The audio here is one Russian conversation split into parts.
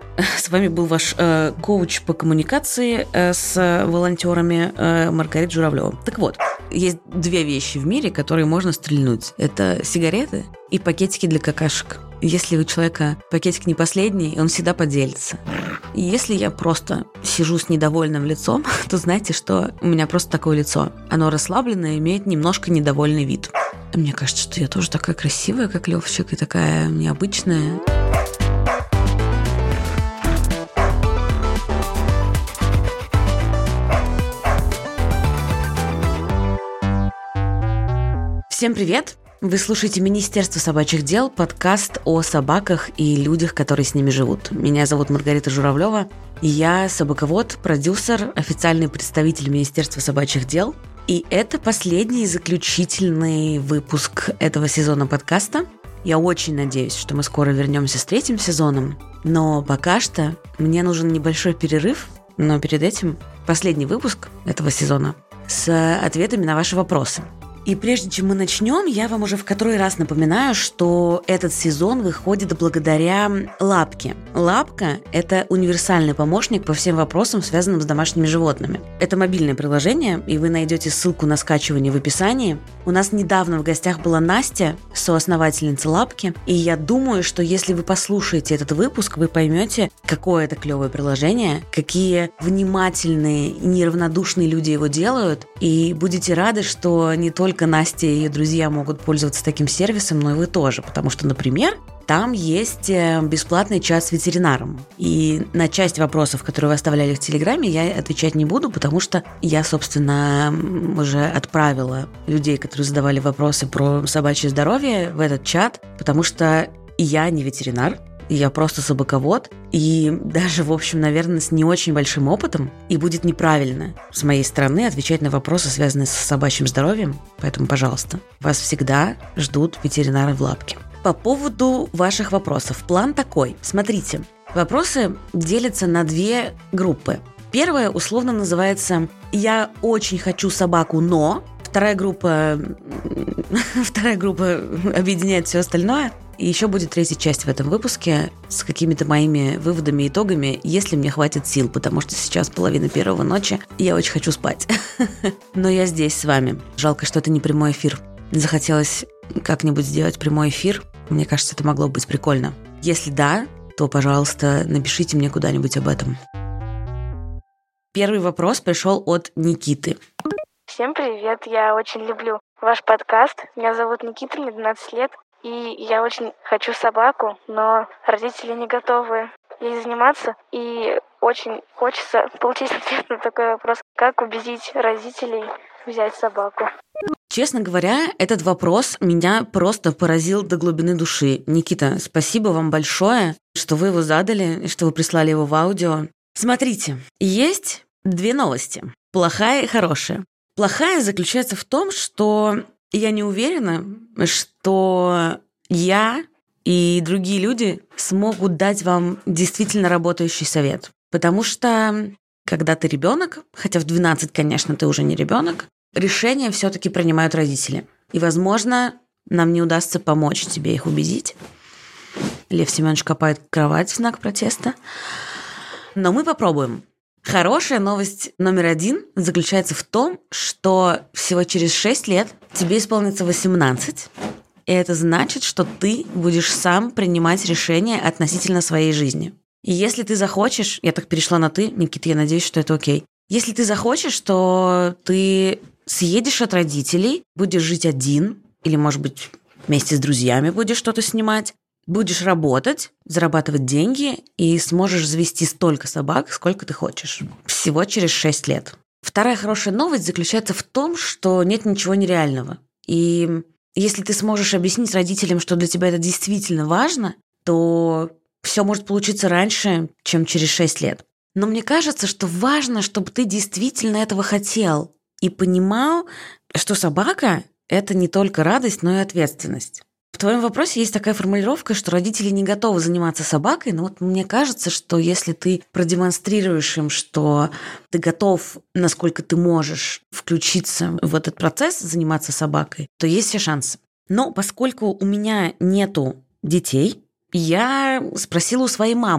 С вами был ваш коуч по коммуникации с волонтерами Маргарита Журавлева. Так вот, есть две вещи в мире, которые можно стрельнуть. Это сигареты и пакетики для какашек. Если у человека пакетик не последний, он всегда поделится. И если я просто сижу с недовольным лицом, то знаете, что у меня просто такое лицо. Оно расслабленное, имеет немножко недовольный вид. Мне кажется, что я тоже такая красивая, как Левчик, и такая необычная. Всем привет! Вы слушаете «Министерство собачьих дел», подкаст о собаках и людях, которые с ними живут. Меня зовут Маргарита Журавлева. Я собаковод, продюсер, официальный представитель Министерства собачьих дел. И это последний заключительный выпуск этого сезона подкаста. Я очень надеюсь, что мы скоро вернемся с третьим сезоном. Но пока что мне нужен небольшой перерыв. Но перед этим последний выпуск этого сезона с ответами на ваши вопросы. И прежде чем мы начнем, я вам уже в который раз напоминаю, что этот сезон выходит благодаря Лапке. Лапка – это универсальный помощник по всем вопросам, связанным с домашними животными. Это мобильное приложение, и вы найдете ссылку на скачивание в описании. У нас недавно в гостях была Настя, соосновательница Лапки, и я думаю, что если вы послушаете этот выпуск, вы поймете, какое это клевое приложение, какие внимательные и неравнодушные люди его делают, и будете рады, что не только Настя и ее друзья могут пользоваться таким сервисом, но и вы тоже, потому что, например, там есть бесплатный чат с ветеринаром. И на часть вопросов, которые вы оставляли в Телеграме, я отвечать не буду, потому что я, собственно, уже отправила людей, которые задавали вопросы про собачье здоровье, в этот чат, потому что я не ветеринар, я просто собаковод, и даже, в общем, наверное, с не очень большим опытом, и будет неправильно с моей стороны отвечать на вопросы, связанные с собачьим здоровьем, поэтому, пожалуйста, вас всегда ждут ветеринары в Лапке. По поводу ваших вопросов. План такой. Смотрите, вопросы делятся на две группы. Первая условно называется «Я очень хочу собаку, но…» Вторая группа объединяет все остальное. И еще будет третья часть в этом выпуске с какими-то моими выводами и итогами, если мне хватит сил, потому что сейчас 1:30 ночи, и я очень хочу спать. Но я здесь с вами. Жалко, что это не прямой эфир. Захотелось как-нибудь сделать прямой эфир. Мне кажется, это могло быть прикольно. Если да, то, пожалуйста, напишите мне куда-нибудь об этом. Первый вопрос пришел от Никиты. Всем привет, я очень люблю ваш подкаст. Меня зовут Никита, мне 12 лет. И я очень хочу собаку, но родители не готовы ей заниматься. И очень хочется получить ответ на такой вопрос. Как убедить родителей взять собаку? Честно говоря, этот вопрос меня просто поразил до глубины души. Никита, спасибо вам большое, что вы его задали и что вы прислали его в аудио. Смотрите, есть две новости. Плохая и хорошая. Плохая заключается в том, что я не уверена, что я и другие люди смогут дать вам действительно работающий совет. Потому что, когда ты ребенок, хотя в 12, конечно, ты уже не ребенок, решения все-таки принимают родители. И, возможно, нам не удастся помочь тебе их убедить. Лев Семенович копает кровать в знак протеста. Но мы попробуем. Хорошая новость номер 1 заключается в том, что всего через 6 лет тебе исполнится 18, и это значит, что ты будешь сам принимать решения относительно своей жизни. И если ты захочешь, я так перешла на «ты», Никита, я надеюсь, что это окей. Если ты захочешь, то ты съедешь от родителей, будешь жить один, или, может быть, вместе с друзьями будешь что-то снимать, будешь работать, зарабатывать деньги и сможешь завести столько собак, сколько ты хочешь. Всего через 6 лет. Вторая хорошая новость заключается в том, что нет ничего нереального. И если ты сможешь объяснить родителям, что для тебя это действительно важно, то все может получиться раньше, чем через 6 лет. Но мне кажется, что важно, чтобы ты действительно этого хотел и понимал, что собака – это не только радость, но и ответственность. В твоем вопросе есть такая формулировка, что родители не готовы заниматься собакой, но вот мне кажется, что если ты продемонстрируешь им, что ты готов, насколько ты можешь, включиться в этот процесс, заниматься собакой, то есть все шансы. Но поскольку у меня нету детей, я спросила у своей мамы,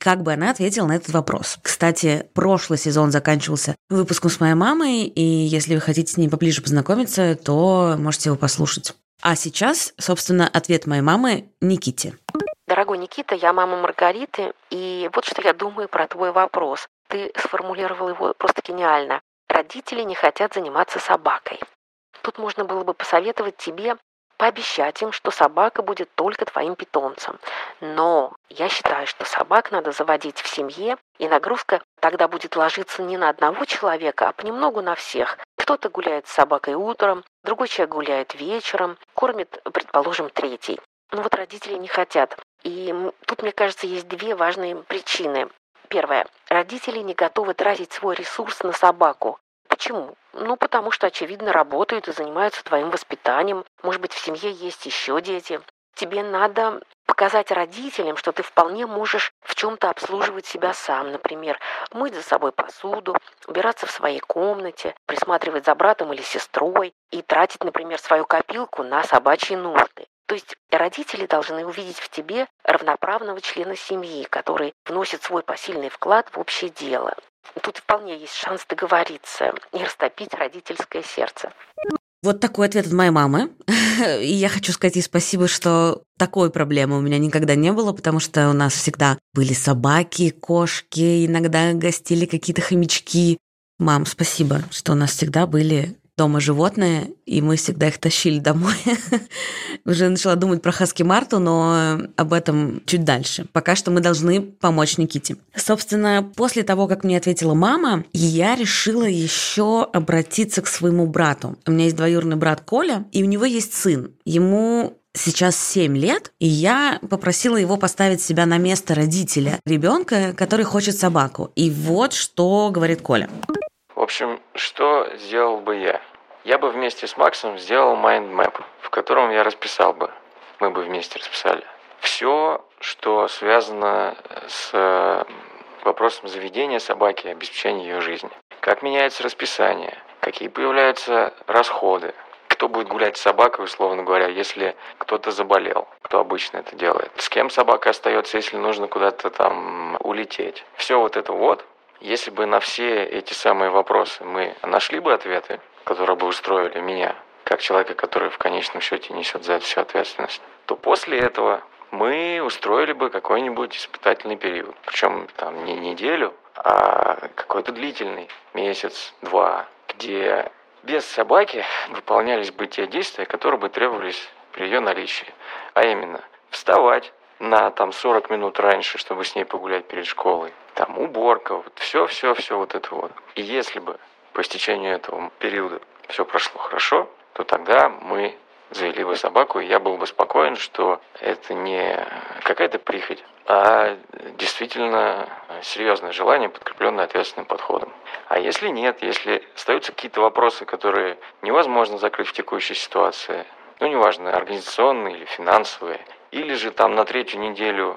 как бы она ответила на этот вопрос. Кстати, прошлый сезон заканчивался выпуском с моей мамой, и если вы хотите с ней поближе познакомиться, то можете его послушать. А сейчас, собственно, ответ моей мамы Никите. Дорогой Никита, я мама Маргариты, и вот что я думаю про твой вопрос. Ты сформулировал его просто гениально. Родители не хотят заниматься собакой. Тут можно было бы посоветовать тебе пообещать им, что собака будет только твоим питомцем. Но я считаю, что собак надо заводить в семье, и нагрузка тогда будет ложиться не на одного человека, а понемногу на всех. Кто-то гуляет с собакой утром, другой человек гуляет вечером, кормит, предположим, третий. Но вот родители не хотят. И тут, мне кажется, есть две важные причины. Первое. Родители не готовы тратить свой ресурс на собаку. Почему? Потому что, очевидно, работают и занимаются твоим воспитанием. Может быть, в семье есть еще дети. Тебе надо показать родителям, что ты вполне можешь в чем-то обслуживать себя сам. Например, мыть за собой посуду, убираться в своей комнате, присматривать за братом или сестрой и тратить, например, свою копилку на собачьи нужды. То есть родители должны увидеть в тебе равноправного члена семьи, который вносит свой посильный вклад в общее дело. Тут вполне есть шанс договориться и растопить родительское сердце. Вот такой ответ от моей мамы. И я хочу сказать ей спасибо, что такой проблемы у меня никогда не было, потому что у нас всегда были собаки, кошки, иногда гостили какие-то хомячки. Мам, спасибо, что у нас всегда были дома животные, и мы всегда их тащили домой. Уже начала думать про Хаски Марту, но об этом чуть дальше. Пока что мы должны помочь Никите. Собственно, после того, как мне ответила мама, я решила еще обратиться к своему брату. У меня есть двоюродный брат Коля, и у него есть сын. Ему сейчас 7 лет, и я попросила его поставить себя на место родителя ребенка, который хочет собаку. И вот что говорит Коля. В общем, что сделал бы я? Я бы вместе с Максом сделал майндмэп, в котором я расписал бы, мы бы вместе расписали все, что связано с вопросом заведения собаки и обеспечения ее жизни. Как меняется расписание, какие появляются расходы, кто будет гулять с собакой, условно говоря, если кто-то заболел, кто обычно это делает, с кем собака остается, если нужно куда-то там улететь. Все вот это вот. Если бы на все эти самые вопросы мы нашли бы ответы, которые бы устроили меня, как человека, который в конечном счете несет за это всю ответственность, то после этого мы устроили бы какой-нибудь испытательный период. Причем там не неделю, а какой-то длительный, месяц-два, где без собаки выполнялись бы те действия, которые бы требовались при ее наличии. А именно, вставать на 40 минут раньше, чтобы с ней погулять перед школой. Там уборка, вот все вот это вот. И если бы по истечению этого периода все прошло хорошо, то тогда мы завели бы собаку, и я был бы спокоен, что это не какая-то прихоть, а действительно серьезное желание, подкрепленное ответственным подходом. А если нет, если остаются какие-то вопросы, которые невозможно закрыть в текущей ситуации, неважно, организационные или финансовые, или же там на 3-ю неделю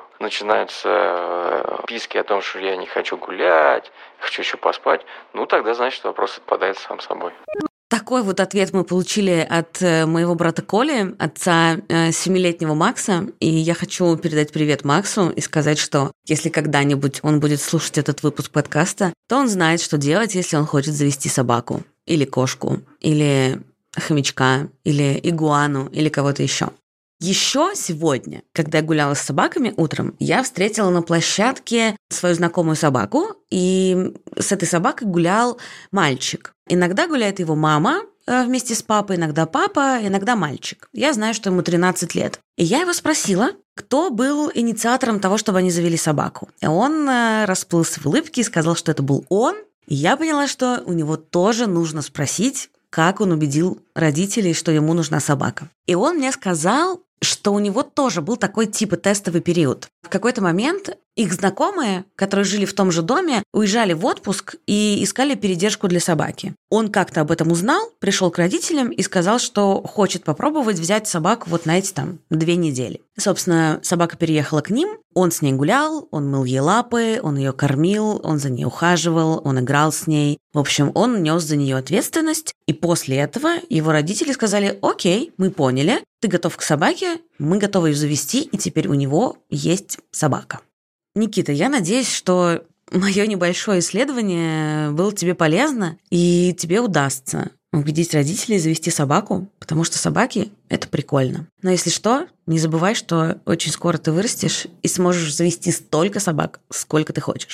начинаются писки о том, что я не хочу гулять, хочу еще поспать, тогда, значит, вопрос отпадает сам собой. Такой вот ответ мы получили от моего брата Коли, отца 7-летнего Макса. И я хочу передать привет Максу и сказать, что если когда-нибудь он будет слушать этот выпуск подкаста, то он знает, что делать, если он хочет завести собаку, или кошку, или хомячка, или игуану, или кого-то еще. Еще сегодня, когда я гуляла с собаками утром, я встретила на площадке свою знакомую собаку, и с этой собакой гулял мальчик. Иногда гуляет его мама вместе с папой, иногда папа, иногда мальчик. Я знаю, что ему 13 лет. И я его спросила, кто был инициатором того, чтобы они завели собаку. И он расплылся в улыбке и сказал, что это был он. И я поняла, что у него тоже нужно спросить, как он убедил родителей, что ему нужна собака. И он мне сказал, что у него тоже был такой типа тестовый период. В какой-то момент их знакомые, которые жили в том же доме, уезжали в отпуск и искали передержку для собаки. Он как-то об этом узнал, пришел к родителям и сказал, что хочет попробовать взять собаку вот на эти 2 недели. Собственно, собака переехала к ним, он с ней гулял, он мыл ей лапы, он ее кормил, он за ней ухаживал, он играл с ней. В общем, он нес за нее ответственность, и после этого его родители сказали: «Окей, мы поняли, ты готов к собаке, мы готовы ее завести, и теперь у него есть собака». Никита, я надеюсь, что мое небольшое исследование было тебе полезно, и тебе удастся убедить родителей завести собаку, потому что собаки – это прикольно. Но если что, не забывай, что очень скоро ты вырастешь и сможешь завести столько собак, сколько ты хочешь.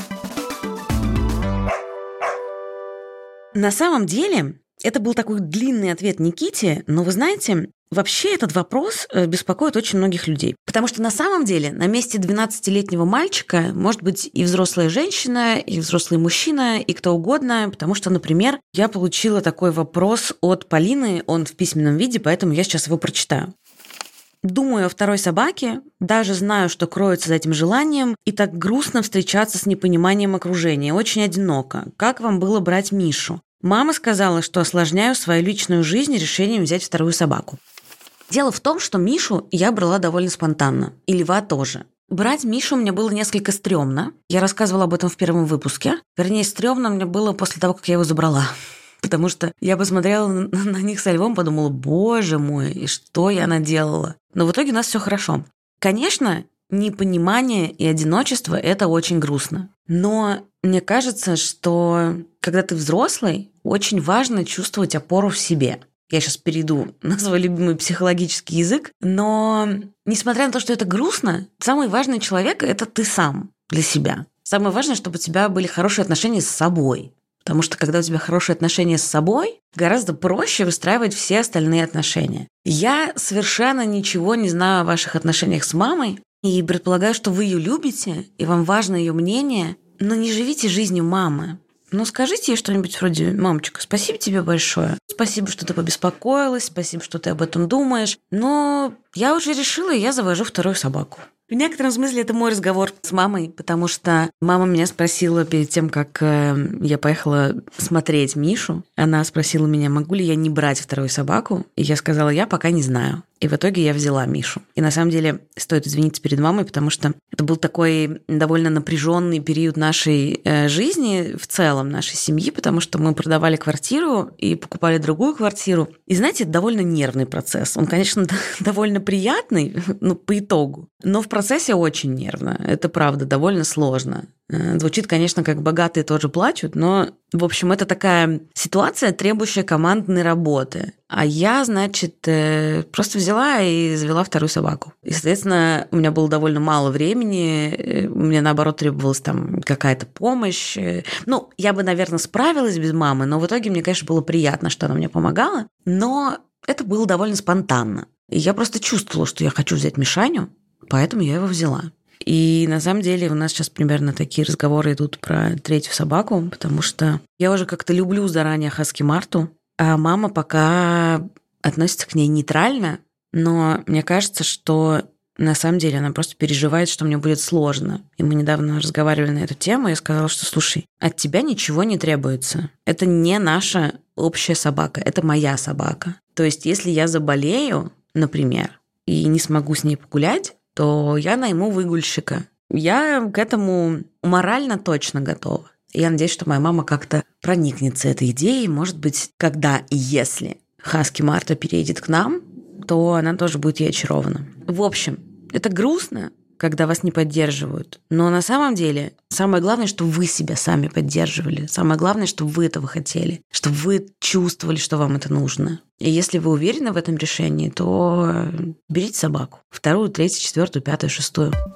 На самом деле, это был такой длинный ответ Никите, но вы знаете, вообще этот вопрос беспокоит очень многих людей. Потому что на самом деле на месте 12-летнего мальчика может быть и взрослая женщина, и взрослый мужчина, и кто угодно. Потому что, например, я получила такой вопрос от Полины, он в письменном виде, поэтому я сейчас его прочитаю. Думаю о второй собаке, даже знаю, что кроется за этим желанием, и так грустно встречаться с непониманием окружения. Очень одиноко. Как вам было брать Мишу? Мама сказала, что осложняю свою личную жизнь решением взять вторую собаку. Дело в том, что Мишу я брала довольно спонтанно. И Льва тоже. Брать Мишу мне было несколько стрёмно. Я рассказывала об этом в первом выпуске. Вернее, стрёмно мне было после того, как я его забрала. Потому что я посмотрела на них со Львом, подумала, боже мой, и что я наделала? Но в итоге у нас все хорошо. Конечно, непонимание и одиночество – это очень грустно. Но мне кажется, что когда ты взрослый, очень важно чувствовать опору в себе. Я сейчас перейду на свой любимый психологический язык, но несмотря на то, что это грустно, самый важный человек – это ты сам для себя. Самое важное, чтобы у тебя были хорошие отношения с собой. Потому что когда у тебя хорошие отношения с собой, гораздо проще выстраивать все остальные отношения. Я совершенно ничего не знаю о ваших отношениях с мамой, и предполагаю, что вы ее любите, и вам важно ее мнение, но не живите жизнью мамы. Ну, скажите ей что-нибудь вроде: «Мамочка, спасибо тебе большое. Спасибо, что ты побеспокоилась, спасибо, что ты об этом думаешь. Но я уже решила, и я завожу вторую собаку». В некотором смысле это мой разговор с мамой, потому что мама меня спросила перед тем, как я поехала смотреть Мишу. Она спросила меня, могу ли я не брать вторую собаку. И я сказала, я пока не знаю. И в итоге я взяла Мишу. И на самом деле стоит извиниться перед мамой, потому что это был такой довольно напряженный период нашей жизни, в целом нашей семьи, потому что мы продавали квартиру и покупали другую квартиру. И знаете, это довольно нервный процесс. Он, конечно, довольно приятный, ну, по итогу, но в процессе очень нервно. Это правда довольно сложно. Звучит, конечно, как богатые тоже плачут, но, в общем, это такая ситуация, требующая командной работы. А я, значит, просто взяла и завела вторую собаку. И, соответственно, у меня было довольно мало времени, мне, наоборот, требовалась там какая-то помощь. Ну, я бы, наверное, справилась без мамы, но в итоге мне, конечно, было приятно, что она мне помогала, но это было довольно спонтанно. И я просто чувствовала, что я хочу взять Мишаню, поэтому я его взяла. И на самом деле у нас сейчас примерно такие разговоры идут про третью собаку, потому что я уже как-то люблю заранее Хаски Марту, а мама пока относится к ней нейтрально, но мне кажется, что на самом деле она просто переживает, что мне будет сложно. И мы недавно разговаривали на эту тему, и я сказала, что, слушай, от тебя ничего не требуется. Это не наша общая собака, это моя собака. То есть если я заболею, например, и не смогу с ней погулять, то я найму выгульщика. Я к этому морально точно готова. И я надеюсь, что моя мама как-то проникнется этой идеей. Может быть, когда и если Хаски Марта переедет к нам, то она тоже будет ей очарована. В общем, это грустно, когда вас не поддерживают. Но на самом деле самое главное, что вы себя сами поддерживали. Самое главное, чтобы вы этого хотели. Чтобы вы чувствовали, что вам это нужно. И если вы уверены в этом решении, то берите собаку. 2, 3, 4, 5, 6.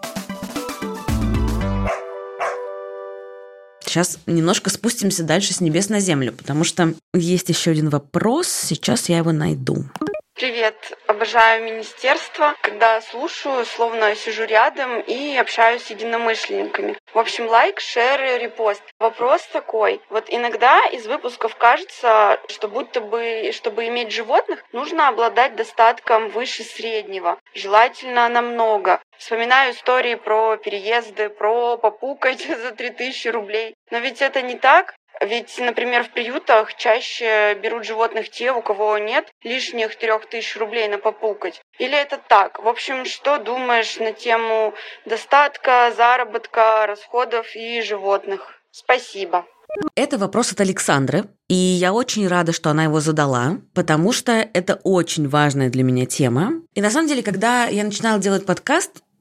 Сейчас немножко спустимся дальше с небес на землю, потому что есть еще один вопрос. Сейчас я его найду. Привет, обожаю министерство. Когда слушаю, словно сижу рядом и общаюсь с единомышленниками. В общем, лайк, шер и репост. Вопрос такой. Вот иногда из выпусков кажется, что будто бы, чтобы иметь животных, нужно обладать достатком выше среднего. Желательно намного. Вспоминаю истории про переезды, про попукать за 3000 рублей. Но ведь это не так. Ведь, например, в приютах чаще берут животных те, у кого нет лишних 3000 рублей на попукать. Или это так? В общем, что думаешь на тему достатка, заработка, расходов и животных? Спасибо. Это вопрос от Александры, и я очень рада, что она его задала, потому что это очень важная для меня тема. И на самом деле, когда я начинала делать подкаст,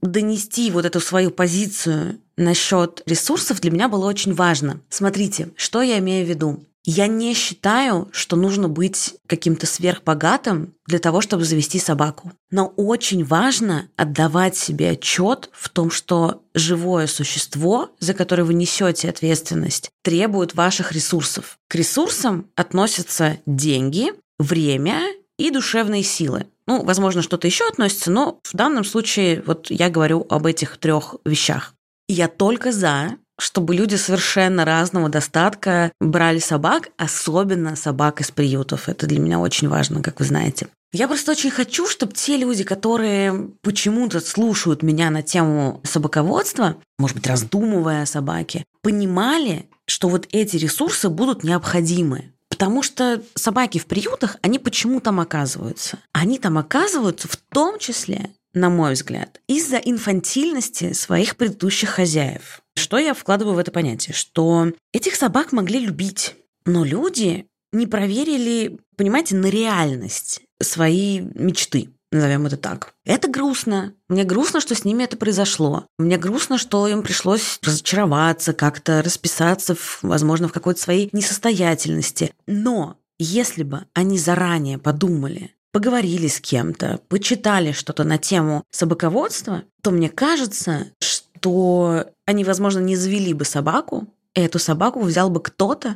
донести вот эту свою позицию насчет ресурсов для меня было очень важно. Смотрите, что я имею в виду. Я не считаю, что нужно быть каким-то сверхбогатым для того, чтобы завести собаку. Но очень важно отдавать себе отчет в том, что живое существо, за которое вы несете ответственность, требует ваших ресурсов. К ресурсам относятся деньги, время и душевные силы. Возможно, что-то еще относится, но в данном случае вот я говорю об этих 3 вещах. И я только за, чтобы люди совершенно разного достатка брали собак, особенно собак из приютов. Это для меня очень важно, как вы знаете. Я просто очень хочу, чтобы те люди, которые почему-то слушают меня на тему собаководства, может быть, раздумывая о собаке, понимали, что вот эти ресурсы будут необходимы. Потому что собаки в приютах, они почему там оказываются? Они там оказываются в том числе, на мой взгляд, из-за инфантильности своих предыдущих хозяев. Что я вкладываю в это понятие? Что этих собак могли любить, но люди не проверили, понимаете, на реальность свои мечты, назовем это так. Это грустно. Мне грустно, что с ними это произошло. Мне грустно, что им пришлось разочароваться, как-то расписаться, возможно, в какой-то своей несостоятельности. Но если бы они заранее подумали, поговорили с кем-то, почитали что-то на тему собаководства, то мне кажется, что они, возможно, не завели бы собаку, и эту собаку взял бы кто-то,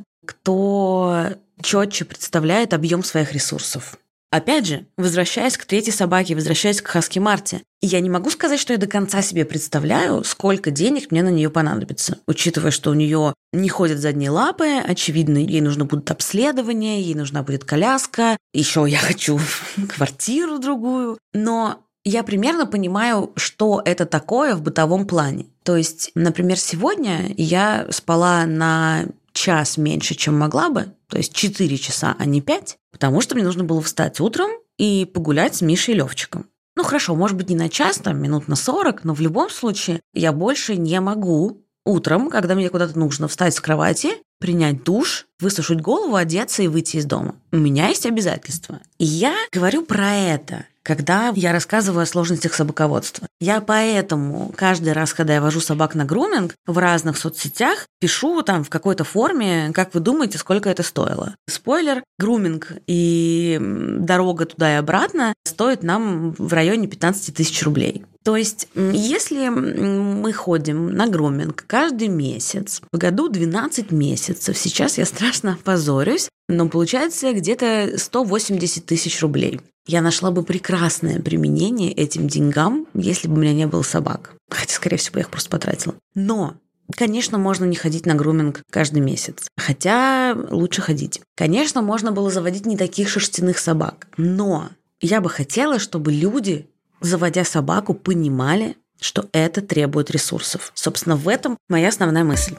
кто четче представляет объем своих ресурсов. Опять же, возвращаясь к 3 собаке, возвращаясь к Хаски Марте, я не могу сказать, что я до конца себе представляю, сколько денег мне на нее понадобится, учитывая, что у нее не ходят задние лапы, очевидно, ей нужно будет обследование, ей нужна будет коляска, еще я хочу квартиру другую, но я примерно понимаю, что это такое в бытовом плане. То есть, например, сегодня я спала на час меньше, чем могла бы, то есть 4 часа, а не 5, потому что мне нужно было встать утром и погулять с Мишей и Левчиком. Хорошо, может быть, не на час, минут на 40, но в любом случае я больше не могу утром, когда мне куда-то нужно встать с кровати, принять душ, высушить голову, одеться и выйти из дома. У меня есть обязательства. И я говорю про это, когда я рассказываю о сложностях собаководства. Я поэтому каждый раз, когда я вожу собак на груминг, в разных соцсетях пишу там в какой-то форме, как вы думаете, сколько это стоило. Спойлер, груминг и дорога туда и обратно стоит нам в районе 15 тысяч рублей. То есть, если мы ходим на груминг каждый месяц, в году 12 месяцев, сейчас я страшно опозорюсь, но получается где-то 180 тысяч рублей. Я нашла бы прекрасное применение этим деньгам, если бы у меня не было собак. Хотя, скорее всего, я их просто потратила. Но, конечно, можно не ходить на груминг каждый месяц. Хотя лучше ходить. Конечно, можно было заводить не таких шерстяных собак. Но я бы хотела, чтобы люди, заводя собаку, понимали, что это требует ресурсов. Собственно, в этом моя основная мысль.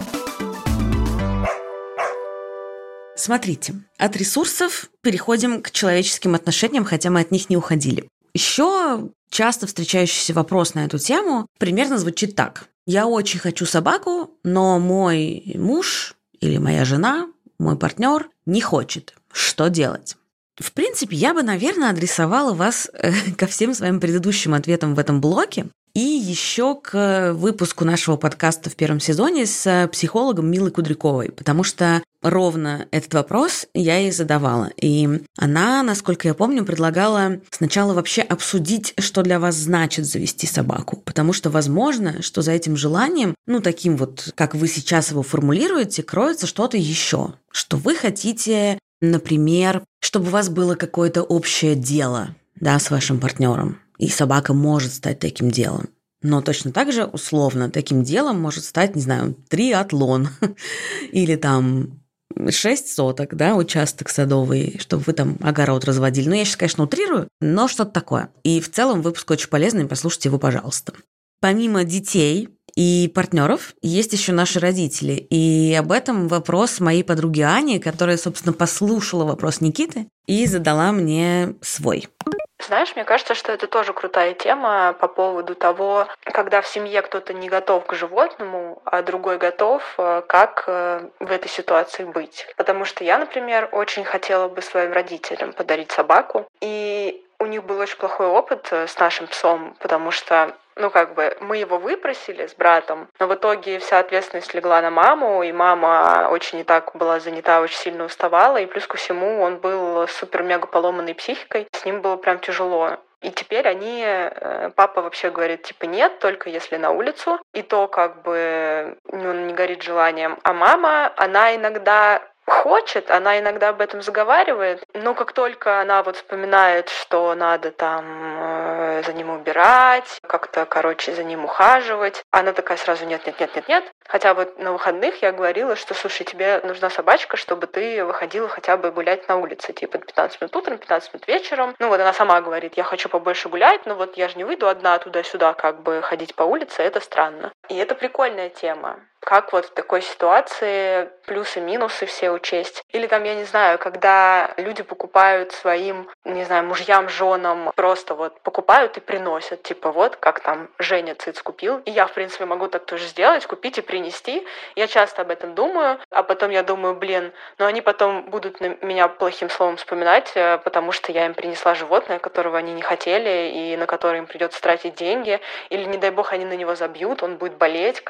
Смотрите, от ресурсов переходим к человеческим отношениям, хотя мы от них не уходили. Еще часто встречающийся вопрос на эту тему примерно звучит так. Я очень хочу собаку, но мой муж или моя жена, мой партнер не хочет. Что делать? В принципе, я бы, наверное, адресовала вас ко всем своим предыдущим ответам в этом блоке и еще к выпуску нашего подкаста в 1 сезоне с психологом Милой Кудряковой, потому что ровно этот вопрос я ей задавала. И она, насколько я помню, предлагала сначала вообще обсудить, что для вас значит завести собаку, потому что возможно, что за этим желанием, таким вот, как вы сейчас его формулируете, кроется что-то еще, что вы хотите, например, чтобы у вас было какое-то общее дело, с вашим партнером. И собака может стать таким делом. Но точно так же, условно, таким делом может стать, не знаю, триатлон или 6 соток, участок садовый, чтобы вы там огород разводили. Я сейчас, конечно, утрирую, но что-то такое. И в целом выпуск очень полезный, послушайте его, пожалуйста. Помимо детей и партнеров есть еще наши родители. И об этом вопрос моей подруги Ани, которая, собственно, послушала вопрос Никиты и задала мне свой. Знаешь, мне кажется, что это тоже крутая тема по поводу того, когда в семье кто-то не готов к животному, а другой готов, как в этой ситуации быть. Потому что я, например, очень хотела бы своим родителям подарить собаку, и у них был очень плохой опыт с нашим псом, потому что Мы его выпросили с братом, но в итоге вся ответственность легла на маму, и мама очень и так была занята, очень сильно уставала, и плюс ко всему он был супер-мега поломанной психикой, с ним было прям тяжело. И теперь папа вообще говорит, нет, только если на улицу, и то он не горит желанием. А мама, она иногда хочет, она иногда об этом заговаривает, но как только она вспоминает, что надо за ним убирать, как-то, за ним ухаживать, она такая сразу нет. Хотя на выходных я говорила, что, слушай, тебе нужна собачка, чтобы ты выходила хотя бы гулять на улице, 15 минут утром, 15 минут вечером. Она сама говорит, я хочу побольше гулять, но я же не выйду одна туда-сюда, ходить по улице, это странно. И это прикольная тема. Как в такой ситуации плюсы-минусы все учесть. Или я не знаю, когда люди покупают своим, мужьям, женам, просто покупают и приносят. Как Женя Циц купил. И я, в принципе, могу так тоже сделать, купить и принести. Я часто об этом думаю, а потом я думаю, но они потом будут на меня плохим словом вспоминать, потому что я им принесла животное, которого они не хотели, и на которое им придется тратить деньги. Или, не дай бог, они на него забьют, он будет болеть,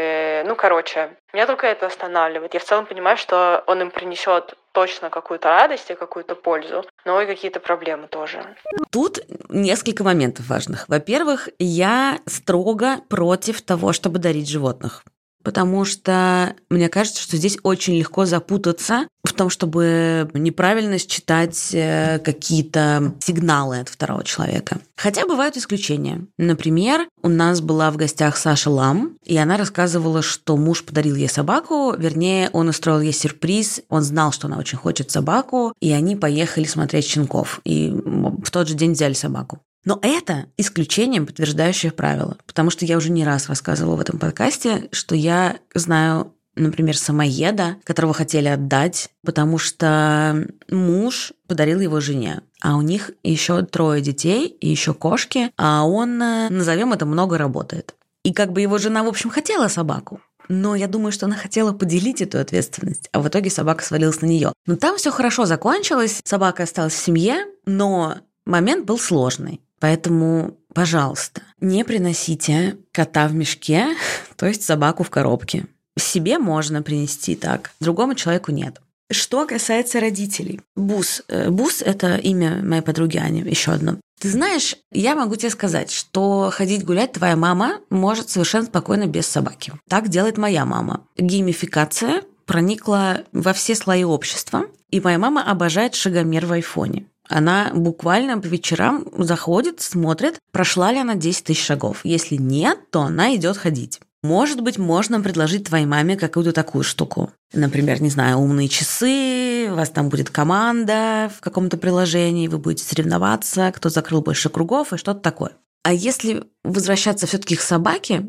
меня только это останавливает. Я в целом понимаю, что он им принесет точно какую-то радость и какую-то пользу, но и какие-то проблемы тоже. Тут несколько моментов важных. Во-первых, я строго против того, чтобы дарить животных. Потому что мне кажется, что здесь очень легко запутаться в том, чтобы неправильно считать какие-то сигналы от второго человека. Хотя бывают исключения. Например, у нас была в гостях Саша Лам, и она рассказывала, что муж подарил ей собаку, вернее, он устроил ей сюрприз, он знал, что она очень хочет собаку, и они поехали смотреть щенков, и в тот же день взяли собаку. Но это исключение, подтверждающее правило, потому что я уже не раз рассказывала в этом подкасте, что я знаю, например, самоеда, которого хотели отдать, потому что муж подарил его жене, а у них еще 3 детей и еще кошки, а он, назовем это, много работает. И его жена, в общем, хотела собаку. Но я думаю, что она хотела поделить эту ответственность, а в итоге собака свалилась на нее. Но там все хорошо закончилось, собака осталась в семье, но момент был сложный. Поэтому, пожалуйста, не приносите кота в мешке, то есть собаку в коробке. Себе можно принести так, другому человеку нет. Что касается родителей. Бус. Бус – это имя моей подруги Ани, еще одно. Ты знаешь, я могу тебе сказать, что ходить гулять твоя мама может совершенно спокойно без собаки. Так делает моя мама. Геймификация проникла во все слои общества, и моя мама обожает шагомер в айфоне. Она буквально по вечерам заходит, смотрит, прошла ли она 10 000 шагов. Если нет, то она идет ходить. Может быть, можно предложить твоей маме какую-то такую штуку. Например, не знаю, умные часы, у вас там будет команда в каком-то приложении, вы будете соревноваться, кто закрыл больше кругов и что-то такое. А если возвращаться все-таки к собаке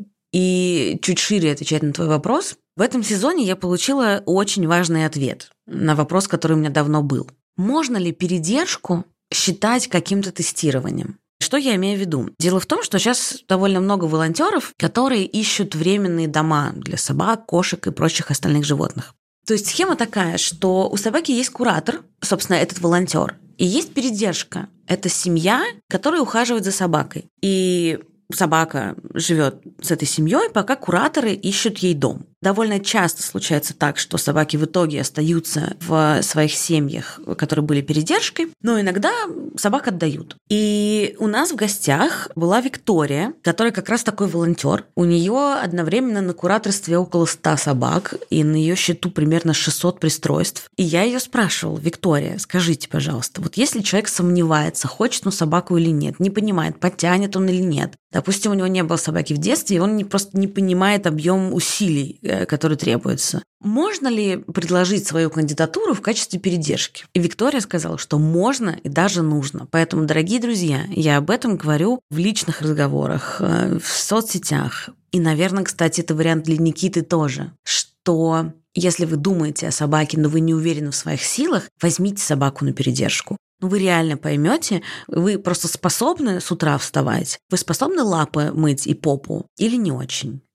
и чуть шире отвечать на твой вопрос, в этом сезоне я получила очень важный ответ на вопрос, который у меня давно был. Можно ли передержку считать каким-то тестированием? Что я имею в виду? Дело в том, что сейчас довольно много волонтеров, которые ищут временные дома для собак, кошек и прочих остальных животных. То есть схема такая, что у собаки есть куратор, собственно, этот волонтер, и есть передержка. Это семья, которая ухаживает за собакой. И собака живет с этой семьей, пока кураторы ищут ей дом. Довольно часто случается так, что собаки в итоге остаются в своих семьях, которые были передержкой, но иногда собак отдают. И у нас в гостях была Виктория, которая как раз такой волонтер. У нее одновременно на кураторстве около 100 собак, и на ее счету примерно 600 пристройств. И я ее спрашивала: Виктория, скажите, пожалуйста, вот если человек сомневается, хочет он собаку или нет, не понимает, подтянет он или нет, допустим, у него не было собаки в детстве, и он просто не понимает объем усилий, который требуется. Можно ли предложить свою кандидатуру в качестве передержки? И Виктория сказала, что можно и даже нужно. Поэтому, дорогие друзья, я об этом говорю в личных разговорах, в соцсетях. И, наверное, кстати, это вариант для Никиты тоже, что если вы думаете о собаке, но вы не уверены в своих силах, возьмите собаку на передержку. Вы реально поймете, вы просто способны с утра вставать, вы способны лапы мыть и попу или не очень.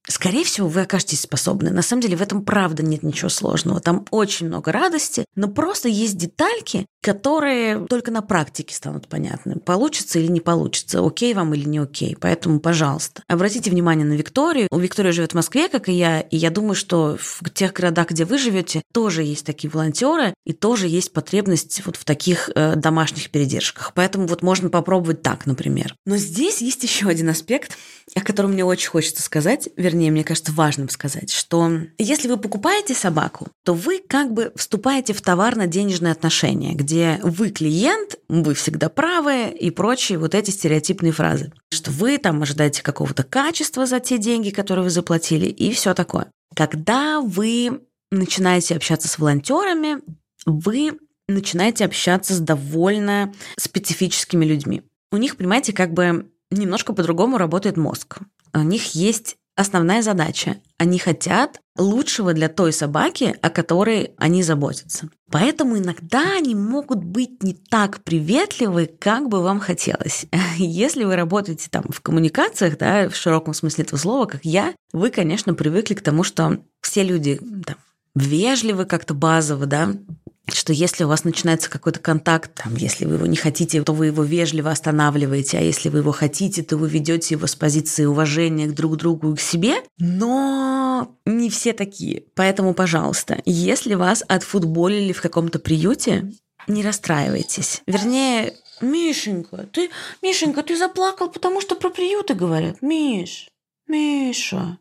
скорее всего, вы окажетесь способны. На самом деле в этом правда нет ничего сложного. Там очень много радости, но просто есть детальки, которые только на практике станут понятны. Получится или не получится, окей вам или не окей. Поэтому, пожалуйста, обратите внимание на Викторию. У Виктории живет в Москве, как и я думаю, что в тех городах, где вы живете, тоже есть такие волонтеры, и тоже есть потребность вот в таких домашних передержках. Поэтому вот можно попробовать так, например. Но здесь есть еще один аспект, о котором мне очень хочется сказать, вернее, мне кажется, важным сказать, что если вы покупаете собаку, то вы как бы вступаете в товарно-денежные отношения, где вы клиент, вы всегда правы и прочие вот эти стереотипные фразы, что вы там ожидаете какого-то качества за те деньги, которые вы заплатили, и все такое. Когда вы начинаете общаться с волонтерами, вы начинаете общаться с довольно специфическими людьми. У них, понимаете, как бы немножко по-другому работает мозг. У них есть основная задача. Они хотят лучшего для той собаки, о которой они заботятся. Поэтому иногда они могут быть не так приветливы, как бы вам хотелось. Если вы работаете там в коммуникациях, да, в широком смысле этого слова, как я, вы, конечно, привыкли к тому, что все люди там вежливы как-то базово, да, что если у вас начинается какой-то контакт, там, если вы его не хотите, то вы его вежливо останавливаете, а если вы его хотите, то вы ведете его с позиции уважения друг к другу и к себе. Но не все такие. Поэтому, пожалуйста, если вас отфутболили в каком-то приюте, не расстраивайтесь. Вернее, Миша, ты заплакал, потому что про приюты говорят. Мишаня,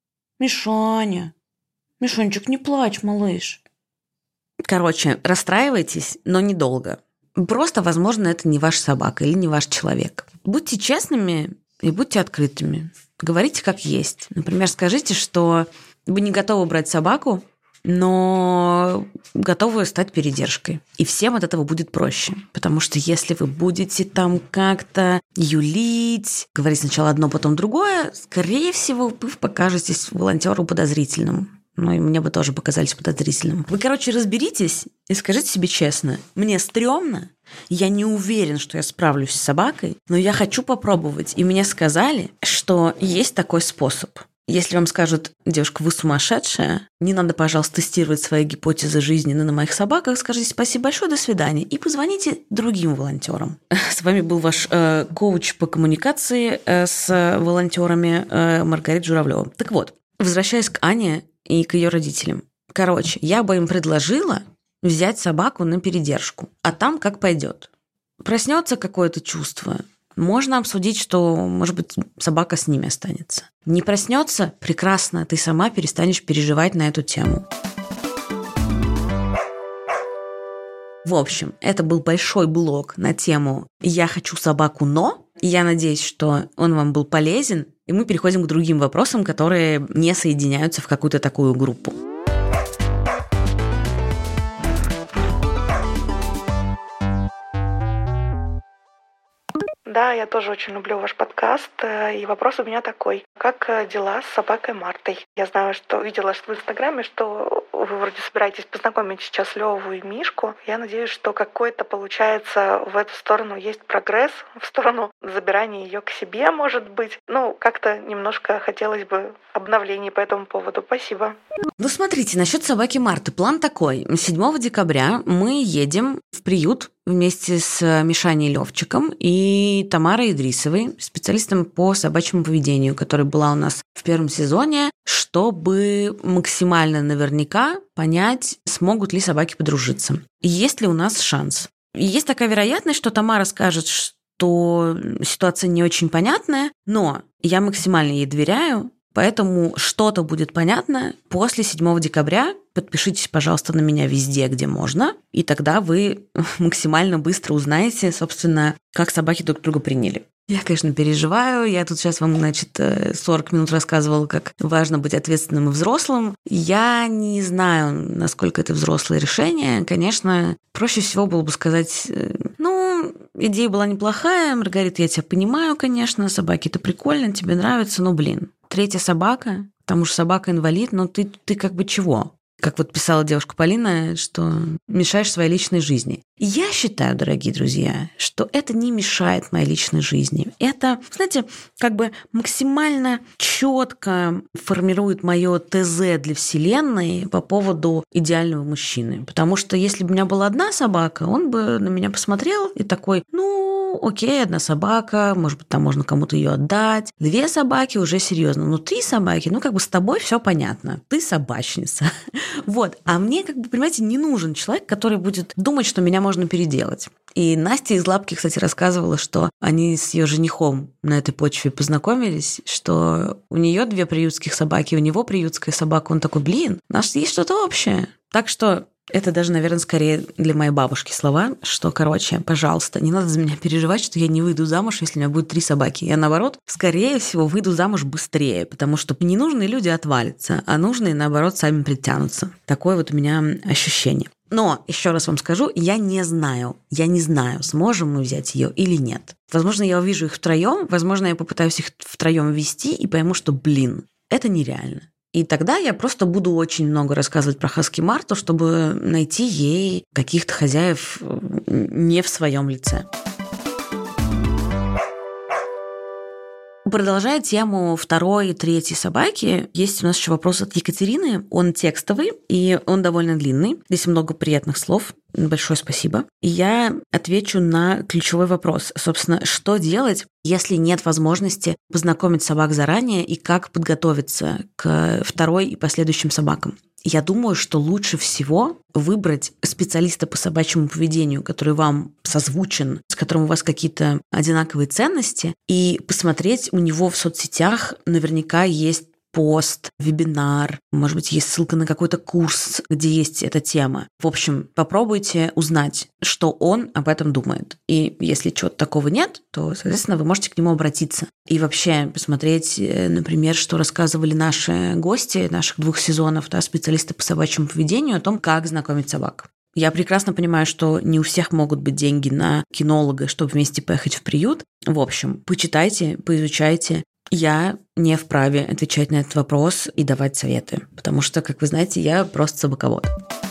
Мишончик, не плачь, малыш. Короче, расстраивайтесь, но недолго. Просто, возможно, это не ваша собака или не ваш человек. Будьте честными и будьте открытыми. Говорите как есть. Например, скажите, что вы не готовы брать собаку, но готовы стать передержкой. И всем от этого будет проще. Потому что если вы будете там как-то юлить, говорить сначала одно, потом другое, скорее всего, вы покажетесь волонтеру подозрительным. Ну, и мне бы тоже показались подозрительным. Вы, короче, разберитесь и скажите себе честно. Мне стрёмно, я не уверен, что я справлюсь с собакой, но я хочу попробовать. И мне сказали, что есть такой способ. Если вам скажут, девушка, вы сумасшедшая, не надо, пожалуйста, тестировать свои гипотезы жизненные на моих собаках, скажите спасибо большое, до свидания, и позвоните другим волонтерам. С вами был ваш коуч по коммуникации с волонтерами Маргарита Журавлева. Так вот, возвращаясь к Ане и к ее родителям. Короче, я бы им предложила взять собаку на передержку, а там как пойдет. Проснется какое-то чувство, можно обсудить, что, может быть, собака с ними останется. Не проснется, прекрасно, ты сама перестанешь переживать на эту тему. В общем, это был большой блог на тему «Я хочу собаку, но…». Я надеюсь, что он вам был полезен, и мы переходим к другим вопросам, которые не соединяются в какую-то такую группу. Да, я тоже очень люблю ваш подкаст, и вопрос у меня такой. Как дела с собакой Мартой? Я знаю, что видела в Инстаграме, что вы вроде собираетесь познакомить сейчас Леву и Мишку. Я надеюсь, что какой-то, получается, в эту сторону есть прогресс, в сторону забирания ее к себе, может быть. Ну, как-то немножко хотелось бы обновлений по этому поводу. Спасибо. Ну, смотрите, насчет собаки Марты. План такой. 7 декабря мы едем в приют вместе с Мишаней Левчиком и Тамарой Идрисовой, специалистом по собачьему поведению, которая была у нас в первом сезоне, чтобы максимально наверняка понять, смогут ли собаки подружиться. И есть ли у нас шанс. И есть такая вероятность, что Тамара скажет, что ситуация не очень понятная, но я максимально ей доверяю, поэтому что-то будет понятно после 7 декабря. Подпишитесь, пожалуйста, на меня везде, где можно, и тогда вы максимально быстро узнаете, собственно, как собаки друг друга приняли. Я, конечно, переживаю. Я тут сейчас вам, 40 минут рассказывала, как важно быть ответственным и взрослым. Я не знаю, насколько это взрослое решение. Конечно, проще всего было бы сказать, идея была неплохая, Маргарита, я тебя понимаю, конечно, собаки это прикольно, тебе нравится, но, 3-я собака, потому что собака инвалид, но ты как бы чего? Как вот писала девушка Полина, что мешаешь своей личной жизни. И я считаю, дорогие друзья, что это не мешает моей личной жизни. Это, знаете, как бы максимально четко формирует мое ТЗ для Вселенной по поводу идеального мужчины. Потому что если бы у меня была одна собака, он бы на меня посмотрел и такой, окей, одна собака, может быть, там можно кому-то ее отдать. 2 собаки уже серьезно. Но 3 собаки, как бы с тобой все понятно. Ты собачница. Вот. А мне, как бы, понимаете, не нужен человек, который будет думать, что меня можно переделать. И Настя из Лапки, кстати, рассказывала, что они с ее женихом на этой почве познакомились, что у нее 2 приютских собаки, у него приютская собака. Он такой, у нас есть что-то общее. Так что это даже, наверное, скорее для моей бабушки слова, что, пожалуйста, не надо за меня переживать, что я не выйду замуж, если у меня будет 3 собаки. Я, наоборот, скорее всего, выйду замуж быстрее, потому что ненужные люди отвалятся, а нужные, наоборот, сами притянутся. Такое вот у меня ощущение. Но, еще раз вам скажу, я не знаю, сможем мы взять ее или нет. Возможно, я увижу их втроем, возможно, я попытаюсь их втроем ввести и пойму, что, это нереально. И тогда я просто буду очень много рассказывать про Хаски Марту, чтобы найти ей каких-то хозяев не в своем лице. Продолжая тему 2-й и 3-й собаки, есть у нас еще вопрос от Екатерины. Он текстовый, и он довольно длинный. Здесь много приятных слов. Большое спасибо. И я отвечу на ключевой вопрос. Собственно, что делать, если нет возможности познакомить собак заранее и как подготовиться к 2-й и последующим собакам? Я думаю, что лучше всего выбрать специалиста по собачьему поведению, который вам созвучен, с которым у вас какие-то одинаковые ценности, и посмотреть у него в соцсетях. Наверняка есть пост, вебинар, может быть, есть ссылка на какой-то курс, где есть эта тема. В общем, попробуйте узнать, что он об этом думает. И если чего-то такого нет, то, соответственно, вы можете к нему обратиться. И вообще посмотреть, например, что рассказывали наши гости наших 2 сезонов, специалисты по собачьему поведению, о том, как знакомить собак. Я прекрасно понимаю, что не у всех могут быть деньги на кинолога, чтобы вместе поехать в приют. В общем, почитайте, поизучайте. Я не вправе отвечать на этот вопрос и давать советы, потому что, как вы знаете, я просто собаковод.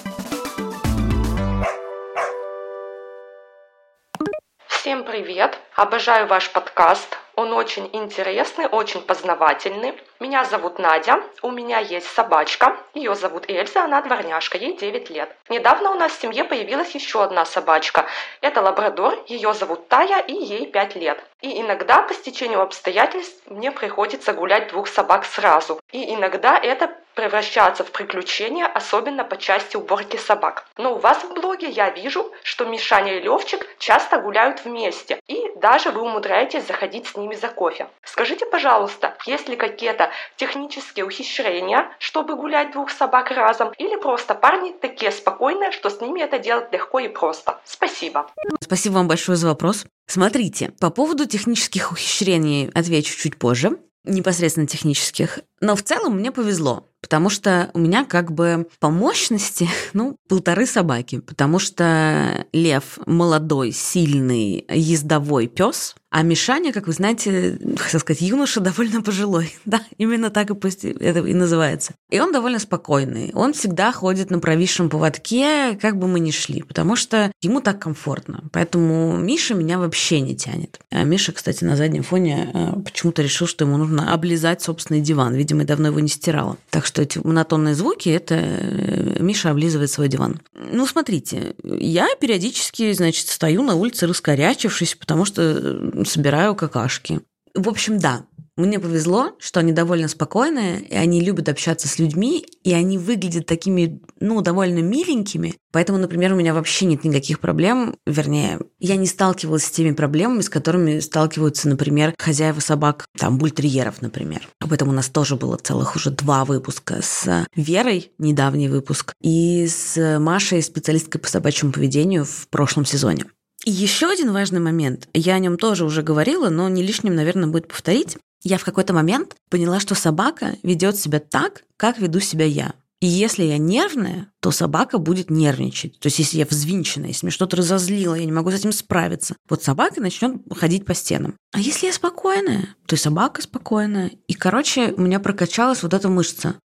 Всем привет! Обожаю ваш подкаст. Он очень интересный, очень познавательный. Меня зовут Надя, у меня есть собачка. Ее зовут Эльза, она дворняжка, ей 9 лет. Недавно у нас в семье появилась еще одна собачка. Это лабрадор, ее зовут Тая, и ей 5 лет. И иногда по стечению обстоятельств мне приходится гулять 2 собак сразу. И иногда это превращается в приключения, особенно по части уборки собак. Но у вас в блоге я вижу, что Мишаня и Левчик часто гуляют вместе. И даже вы умудряетесь заходить с ними за кофе. Скажите, пожалуйста, есть ли какие-то технические ухищрения, чтобы гулять 2 собак разом? Или просто парни такие спокойные, что с ними это делать легко и просто? Спасибо. Спасибо вам большое за вопрос. Смотрите, по поводу технических ухищрений отвечу чуть позже. Непосредственно технических. Но в целом мне повезло, потому что у меня как бы по мощности, 1,5 собаки, потому что Лев молодой, сильный, ездовой пес, а Мишаня, как вы знаете, хотел сказать, юноша довольно пожилой. Да, именно так это и называется. И он довольно спокойный. Он всегда ходит на провисшем поводке, как бы мы ни шли, потому что ему так комфортно. Поэтому Миша меня вообще не тянет. А Миша, кстати, на заднем фоне почему-то решил, что ему нужно облизать собственный диван. Видимо, я давно его не стирала. Так что эти монотонные звуки – это Миша облизывает свой диван. Смотрите, я периодически, стою на улице раскорячившись, потому что собираю какашки. В общем, да, мне повезло, что они довольно спокойные, и они любят общаться с людьми, и они выглядят такими, довольно миленькими. Поэтому, например, у меня вообще нет никаких проблем, вернее, я не сталкивалась с теми проблемами, с которыми сталкиваются, например, хозяева собак, бультерьеров, например. Об этом у нас тоже было целых уже 2 выпуска с Верой, недавний выпуск, и с Машей, специалисткой по собачьему поведению в прошлом сезоне. И еще один важный момент, я о нем тоже уже говорила, но не лишним, наверное, будет повторить. Я в какой-то момент поняла, что собака ведет себя так, как веду себя я. И если я нервная, то собака будет нервничать. То есть если я взвинчена, если меня что-то разозлило, я не могу с этим справиться, вот собака начнет ходить по стенам. А если я спокойная, то и собака спокойная. И, у меня прокачалась вот эта мышца.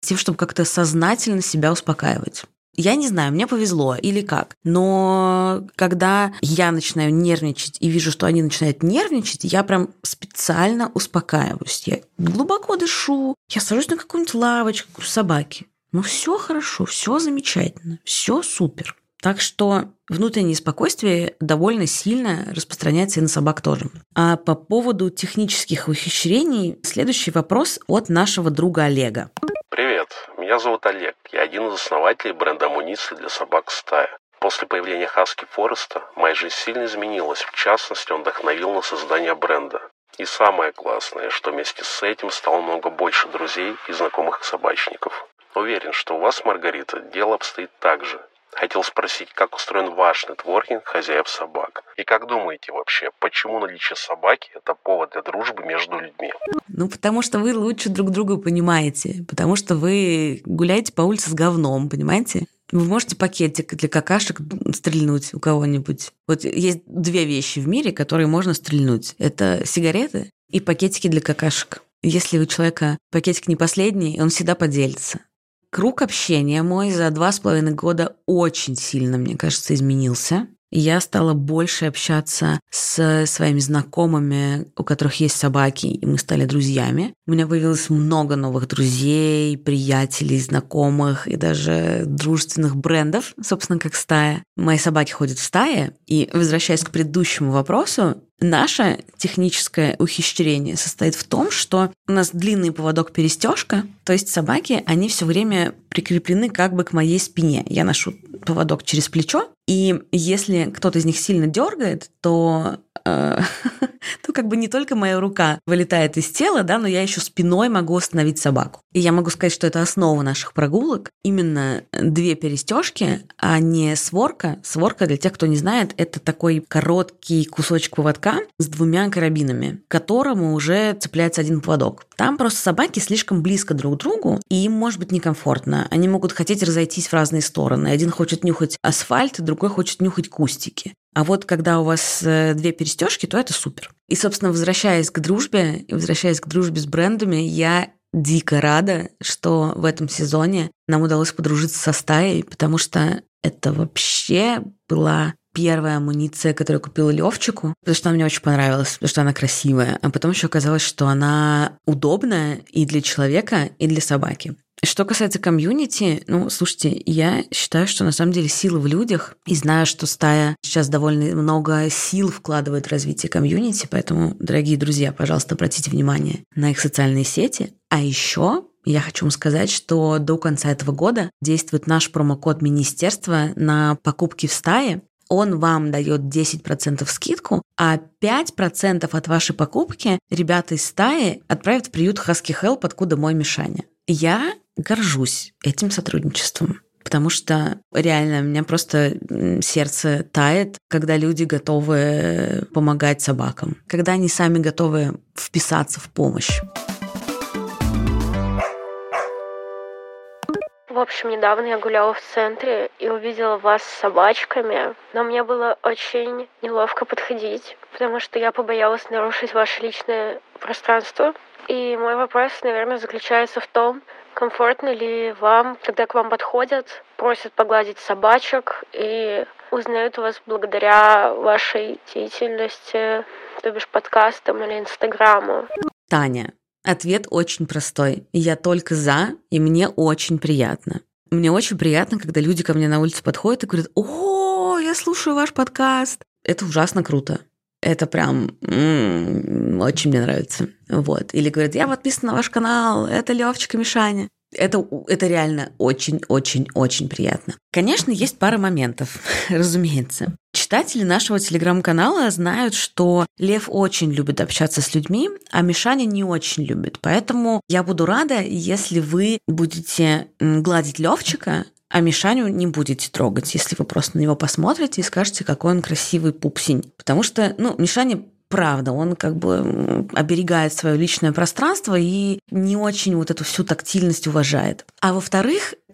тем, чтобы как-то сознательно себя успокаивать. Я не знаю, мне повезло или как, но когда я начинаю нервничать и вижу, что они начинают нервничать, я прям специально успокаиваюсь. Я глубоко дышу, я сажусь на какую-нибудь лавочку, говорю: собаки, ну все хорошо, все замечательно, все супер. Так что внутреннее спокойствие довольно сильно распространяется и на собак тоже. А по поводу технических ухищрений, следующий вопрос от нашего друга Олега. Привет, меня зовут Олег. Я один из основателей бренда амуниции для собак «Стая». После появления Хаски Фореста моя жизнь сильно изменилась. В частности, он вдохновил на создание бренда. И самое классное, что вместе с этим стало много больше друзей и знакомых собачников. Уверен, что у вас, Маргарита, дело обстоит так же. Хотел спросить, как устроен ваш нетворкинг хозяев собак? И как думаете вообще, почему наличие собаки – это повод для дружбы между людьми? Ну, потому что вы лучше друг друга понимаете, потому что вы гуляете по улице с говном, понимаете? Вы можете пакетик для какашек стрельнуть у кого-нибудь. Вот есть две вещи в мире, которые можно стрельнуть. Это сигареты и пакетики для какашек. Если у человека пакетик не последний, он всегда поделится. Круг общения мой за 2,5 года очень сильно, мне кажется, изменился. Я стала больше общаться с своими знакомыми, у которых есть собаки, и мы стали друзьями. У меня появилось много новых друзей, приятелей, знакомых и даже дружественных брендов, собственно, как «Стая». Мои собаки ходят в стае, и, возвращаясь к предыдущему вопросу, наше техническое ухищрение состоит в том, что у нас длинный поводок-перестежка, то есть собаки, они все время прикреплены как бы к моей спине. Я ношу поводок через плечо, и если кто-то из них сильно дергает, то как бы не только моя рука вылетает из тела, да, но я еще спиной могу остановить собаку. И я могу сказать, что это основа наших прогулок. Именно 2 перестежки, а не сворка. Сворка, для тех, кто не знает, это такой короткий кусочек поводка с 2 карабинами, к которому уже цепляется один поводок. Там просто собаки слишком близко друг к другу, и им может быть некомфортно. Они могут хотеть разойтись в разные стороны. Один хочет нюхать асфальт, другой хочет нюхать кустики. А вот когда у вас 2 перестежки, то это супер. И, собственно, возвращаясь к дружбе с брендами, я дико рада, что в этом сезоне нам удалось подружиться со «Стаей», потому что это вообще была первая амуниция, которую я купила Левчику, потому что она мне очень понравилась, потому что она красивая, а потом еще оказалось, что она удобная и для человека, и для собаки. Что касается комьюнити, слушайте, я считаю, что на самом деле сила в людях, и знаю, что «Стая» сейчас довольно много сил вкладывает в развитие комьюнити, поэтому, дорогие друзья, пожалуйста, обратите внимание на их социальные сети. А еще я хочу вам сказать, что до конца этого года действует наш промокод министерства на покупки в «Стае». Он вам дает 10% скидку, а 5% от вашей покупки ребята из «Стаи» отправят в приют Husky Help, откуда мой Мишаня. Я горжусь этим сотрудничеством, потому что реально у меня просто сердце тает, когда люди готовы помогать собакам, когда они сами готовы вписаться в помощь. В общем, недавно я гуляла в центре и увидела вас с собачками, но мне было очень неловко подходить, потому что я побоялась нарушить ваше личное пространство. И мой вопрос, наверное, заключается в том, комфортно ли вам, когда к вам подходят, просят погладить собачек и узнают вас благодаря вашей деятельности, то бишь подкастам или инстаграму. Таня, ответ очень простой. Я только за, и мне очень приятно. Мне очень приятно, когда люди ко мне на улице подходят и говорят: «О, я слушаю ваш подкаст». Это ужасно круто. Это прям очень мне нравится. Вот. Или говорят: «Я подписана на ваш канал, это Левчик и Мишаня». Это реально очень-очень-очень приятно. Конечно, есть пара моментов, разумеется. Читатели нашего телеграм-канала знают, что Лев очень любит общаться с людьми, а Мишаня не очень любит. Поэтому я буду рада, если вы будете гладить Левчика, а Мишаню не будете трогать, если вы просто на него посмотрите и скажете, какой он красивый пупсень. Потому что, Мишаня, правда, он как бы оберегает свое личное пространство и не очень вот эту всю тактильность уважает. А во-вторых,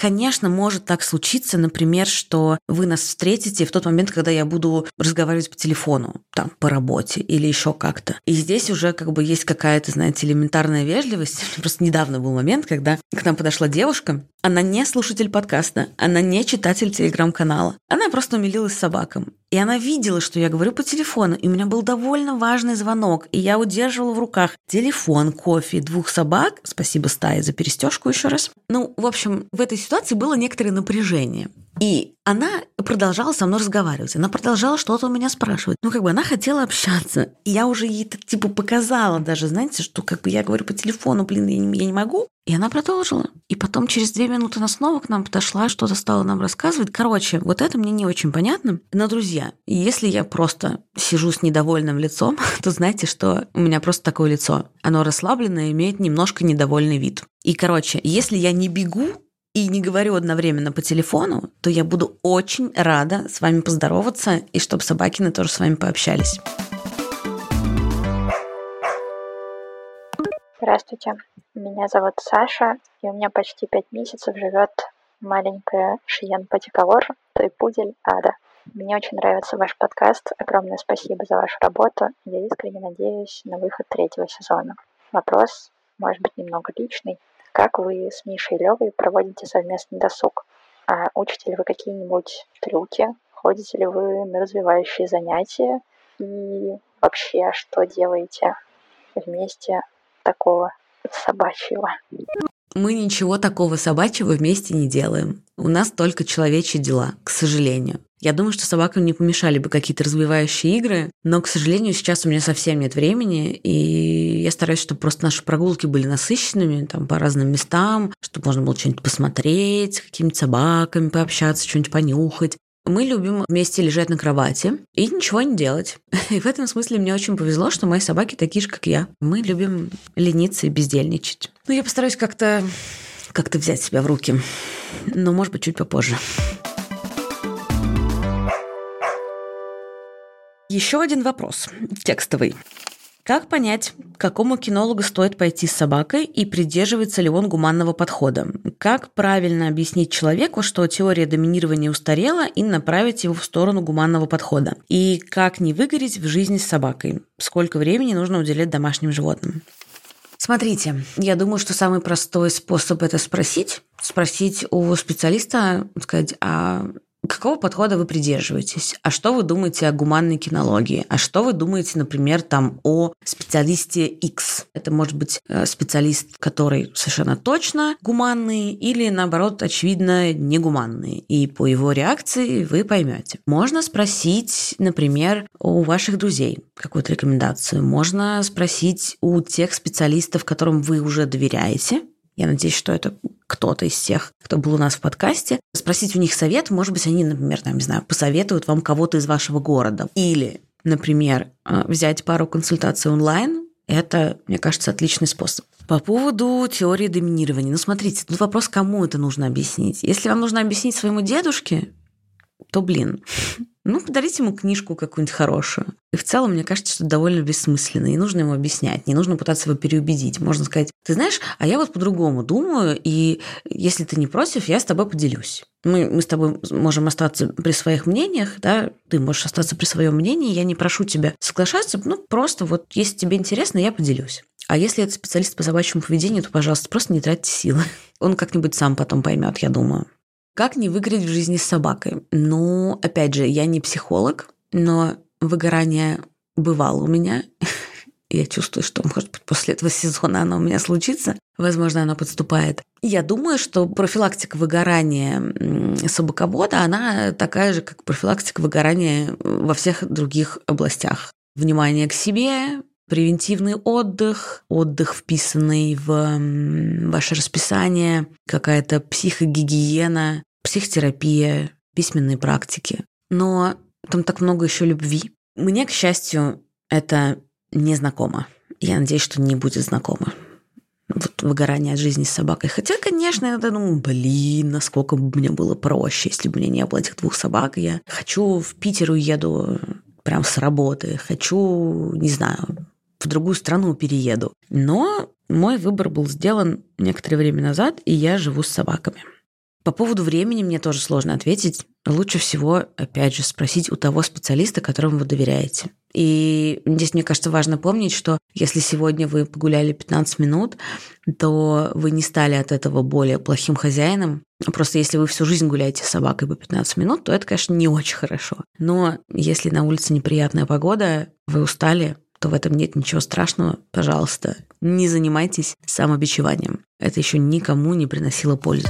Конечно, может так случиться, например, что вы нас встретите в тот момент, когда я буду разговаривать по телефону, там, по работе или еще как-то. И здесь уже как бы есть какая-то, знаете, элементарная вежливость. Просто недавно был момент, когда к нам подошла девушка, она не слушатель подкаста, она не читатель телеграм-канала. Она просто умилилась собакам. И она видела, что я говорю по телефону, и у меня был довольно важный звонок, и я удерживала в руках телефон, кофе, 2 собак. Спасибо, Стае, за перестежку еще раз. Ну, в общем, в этой ситуации было некоторое напряжение. И она продолжала со мной разговаривать. Она продолжала что-то у меня спрашивать. Ну, как бы она хотела общаться. И я уже ей это, типа, показала даже, знаете, что как бы я говорю по телефону, блин, я не могу. И она продолжила. И потом через 2 минуты она снова к нам подошла, что-то стала нам рассказывать. Короче, вот это мне не очень понятно. Но, друзья, если я просто сижу с недовольным лицом, то знаете, что у меня просто такое лицо. Оно расслабленное, имеет немножко недовольный вид. И, короче, если я не бегу и не говорю одновременно по телефону, то я буду очень рада с вами поздороваться и чтобы собакины тоже с вами пообщались. Здравствуйте, меня зовут Саша, и у меня почти 5 месяцев живет маленькая шиен-патиколор, той-пудель Ада. Мне очень нравится ваш подкаст, огромное спасибо за вашу работу, я искренне надеюсь на выход 3-го сезона. Вопрос, может быть, немного личный. Как вы с Мишей и Лёвой проводите совместный досуг? Учите ли вы какие-нибудь трюки? Ходите ли вы на развивающие занятия? И вообще, что делаете вместе такого собачьего? Мы ничего такого собачьего вместе не делаем. У нас только человечьи дела, к сожалению. Я думаю, что собакам не помешали бы какие-то развивающие игры, но, к сожалению, сейчас у меня совсем нет времени, и я стараюсь, чтобы просто наши прогулки были насыщенными, там, по разным местам, чтобы можно было что-нибудь посмотреть, с какими-то собаками пообщаться, что-нибудь понюхать. Мы любим вместе лежать на кровати и ничего не делать. И в этом смысле мне очень повезло, что мои собаки такие же, как я. Мы любим лениться и бездельничать. Ну, я постараюсь как-то взять себя в руки, но, может быть, чуть попозже. Еще один вопрос, текстовый. Как понять, к какому кинологу стоит пойти с собакой и придерживается ли он гуманного подхода? Как правильно объяснить человеку, что теория доминирования устарела, и направить его в сторону гуманного подхода? И как не выгореть в жизни с собакой? Сколько времени нужно уделять домашним животным? Смотрите, я думаю, что самый простой способ это спросить у специалиста, сказать, какого подхода вы придерживаетесь? А что вы думаете о гуманной кинологии? А что вы думаете, например, там, о специалисте X? Это может быть специалист, который совершенно точно гуманный или, наоборот, очевидно, негуманный. И по его реакции вы поймете. Можно спросить, например, у ваших друзей какую-то рекомендацию. Можно спросить у тех специалистов, которым вы уже доверяете. Я надеюсь, что это кто-то из тех, кто был у нас в подкасте. Спросить у них совет, может быть, они, например, там, не знаю, посоветуют вам кого-то из вашего города. Или, например, взять пару консультаций онлайн. Это, мне кажется, отличный способ. По поводу теории доминирования. Ну, смотрите, тут вопрос, кому это нужно объяснить. Если вам нужно объяснить своему дедушке, то, подарите ему книжку какую-нибудь хорошую. И в целом, мне кажется, что это довольно бессмысленно. Не нужно ему объяснять, не нужно пытаться его переубедить. Можно сказать, ты знаешь, а я вот по-другому думаю, и если ты не против, я с тобой поделюсь. Мы с тобой можем остаться при своих мнениях, да, ты можешь остаться при своем мнении, я не прошу тебя соглашаться, просто вот, если тебе интересно, я поделюсь. А если это специалист по собачьему поведению, то, пожалуйста, просто не тратьте силы. Он как-нибудь сам потом поймет, я думаю. Как не выгореть в жизни с собакой? Опять же, я не психолог, но выгорание бывало у меня. Я чувствую, что, может быть, после этого сезона оно у меня случится. Возможно, оно подступает. Я думаю, что профилактика выгорания собаковода, она такая же, как профилактика выгорания во всех других областях. Внимание к себе, превентивный отдых, вписанный в ваше расписание, какая-то психогигиена, психотерапия, письменные практики. Но там так много еще любви. Мне, к счастью, это не знакомо. Я надеюсь, что не будет знакомо. Вот выгорание от жизни с собакой. Хотя, конечно, я думаю, насколько бы мне было проще, если бы у меня не было этих 2 собак. Я в Питер уеду прям с работы. Не знаю, в другую страну перееду. Но мой выбор был сделан некоторое время назад, и я живу с собаками. По поводу времени мне тоже сложно ответить. Лучше всего, опять же, спросить у того специалиста, которому вы доверяете. И здесь, мне кажется, важно помнить, что если сегодня вы погуляли 15 минут, то вы не стали от этого более плохим хозяином. Просто если вы всю жизнь гуляете с собакой по 15 минут, то это, конечно, не очень хорошо. Но если на улице неприятная погода, вы устали, то в этом нет ничего страшного. Пожалуйста, не занимайтесь самобичеванием. Это еще никому не приносило пользы.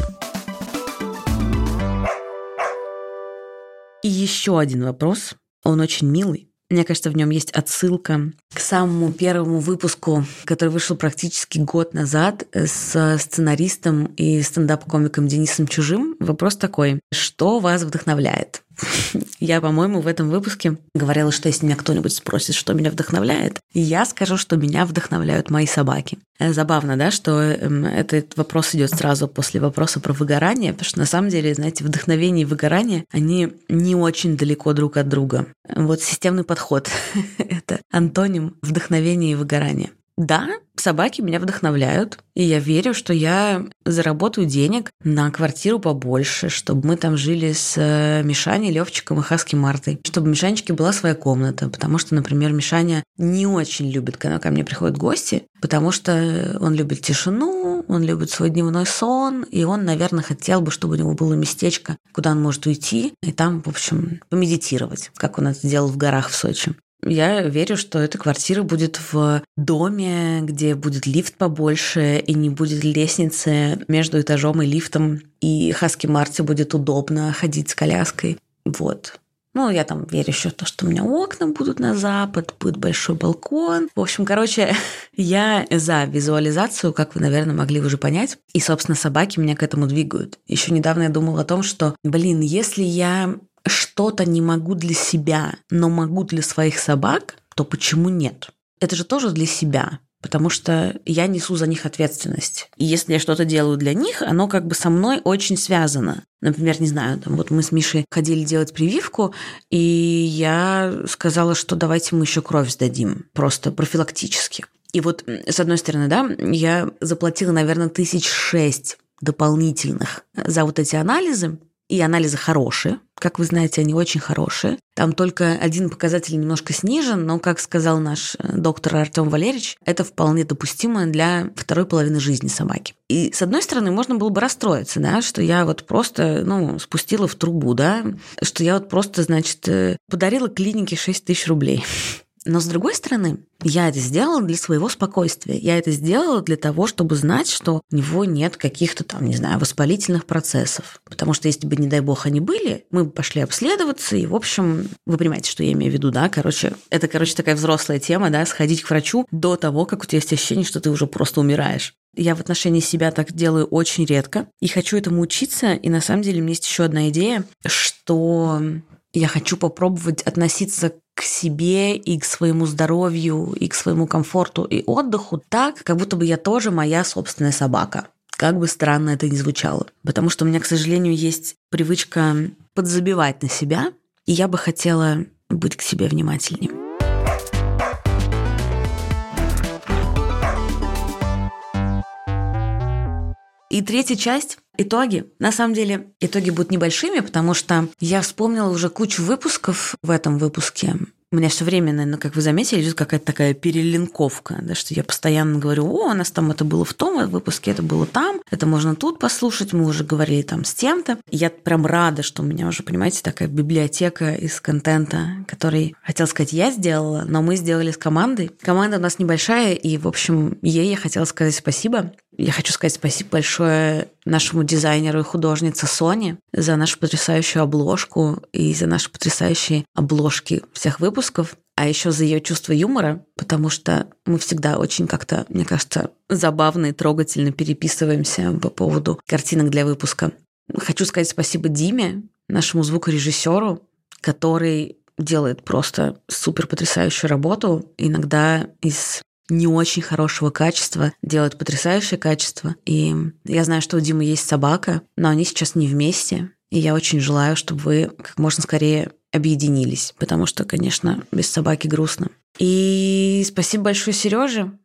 И еще один вопрос. Он очень милый. Мне кажется, в нем есть отсылка к самому первому выпуску, который вышел практически год назад с сценаристом и стендап-комиком Денисом Чужим. Вопрос такой: что вас вдохновляет? Я, по-моему, в этом выпуске говорила, что если меня кто-нибудь спросит, что меня вдохновляет, я скажу, что меня вдохновляют мои собаки. Забавно, да, что этот вопрос идет сразу после вопроса про выгорание, потому что на самом деле, знаете, вдохновение и выгорание, они не очень далеко друг от друга. Вот системный подход — это антоним вдохновения и выгорания. Да, собаки меня вдохновляют, и я верю, что я заработаю денег на квартиру побольше, чтобы мы там жили с Мишаней, Левчиком и Хаски Мартой, чтобы у Мишанечки была своя комната, потому что, например, Мишаня не очень любит, когда ко мне приходят гости, потому что он любит тишину, он любит свой дневной сон, и он, наверное, хотел бы, чтобы у него было местечко, куда он может уйти и там, в общем, помедитировать, как он это делал в горах в Сочи. Я верю, что эта квартира будет в доме, где будет лифт побольше и не будет лестницы между этажом и лифтом, и Хаски Марте будет удобно ходить с коляской. Вот. Ну, я там верю еще в то, что у меня окна будут на запад, будет большой балкон. В общем, короче, я за визуализацию, как вы, наверное, могли уже понять. И, собственно, собаки меня к этому двигают. Еще недавно я думала о том, что, если я что-то не могу для себя, но могу для своих собак, то почему нет? Это же тоже для себя, потому что я несу за них ответственность. И если я что-то делаю для них, оно как бы со мной очень связано. Например, не знаю, там вот мы с Мишей ходили делать прививку, и я сказала, что давайте мы еще кровь сдадим, просто профилактически. И вот, с одной стороны, да, я заплатила, наверное, 6 дополнительных за вот эти анализы, и анализы хорошие. Как вы знаете, они очень хорошие. Там только один показатель немножко снижен, но, как сказал наш доктор Артем Валерьевич, это вполне допустимо для второй половины жизни собаки. И, с одной стороны, можно было бы расстроиться, да, что я вот просто, спустила в трубу, да, что я вот просто, подарила клинике 6 тысяч рублей. Но, с другой стороны, я это сделала для своего спокойствия. Я это сделала для того, чтобы знать, что у него нет каких-то воспалительных процессов. Потому что если бы, не дай бог, они были, мы бы пошли обследоваться, и, в общем, вы понимаете, что я имею в виду, да? Это такая взрослая тема, да, сходить к врачу до того, как у тебя есть ощущение, что ты уже просто умираешь. Я в отношении себя так делаю очень редко, и хочу этому учиться, и на самом деле у меня есть еще одна идея, что я хочу попробовать относиться к себе и к своему здоровью, и к своему комфорту и отдыху так, как будто бы я тоже моя собственная собака. Как бы странно это ни звучало. Потому что у меня, к сожалению, есть привычка подзабивать на себя, и я бы хотела быть к себе внимательнее. И третья часть – итоги. На самом деле, итоги будут небольшими, потому что я вспомнила уже кучу выпусков в этом выпуске. У меня все время, наверное, как вы заметили, идет какая-то такая перелинковка, да, что я постоянно говорю: у нас там это было в том выпуске, это было там, это можно тут послушать, мы уже говорили там с тем-то. Я прям рада, что у меня уже, понимаете, такая библиотека из контента, который, хотела сказать, я сделала, но мы сделали с командой. Команда у нас небольшая, и, в общем, ей я хотела сказать спасибо. Я хочу сказать спасибо большое нашему дизайнеру и художнице Соне за нашу потрясающую обложку и за наши потрясающие обложки всех выпусков, а еще за ее чувство юмора, потому что мы всегда очень как-то, мне кажется, забавно и трогательно переписываемся по поводу картинок для выпуска. Хочу сказать спасибо Диме, нашему звукорежиссеру, который делает просто супер потрясающую работу, иногда из не очень хорошего качества делают потрясающее качество. И я знаю, что у Димы есть собака, но они сейчас не вместе. И я очень желаю, чтобы вы как можно скорее объединились, потому что, конечно, без собаки грустно. И спасибо большое Сереже.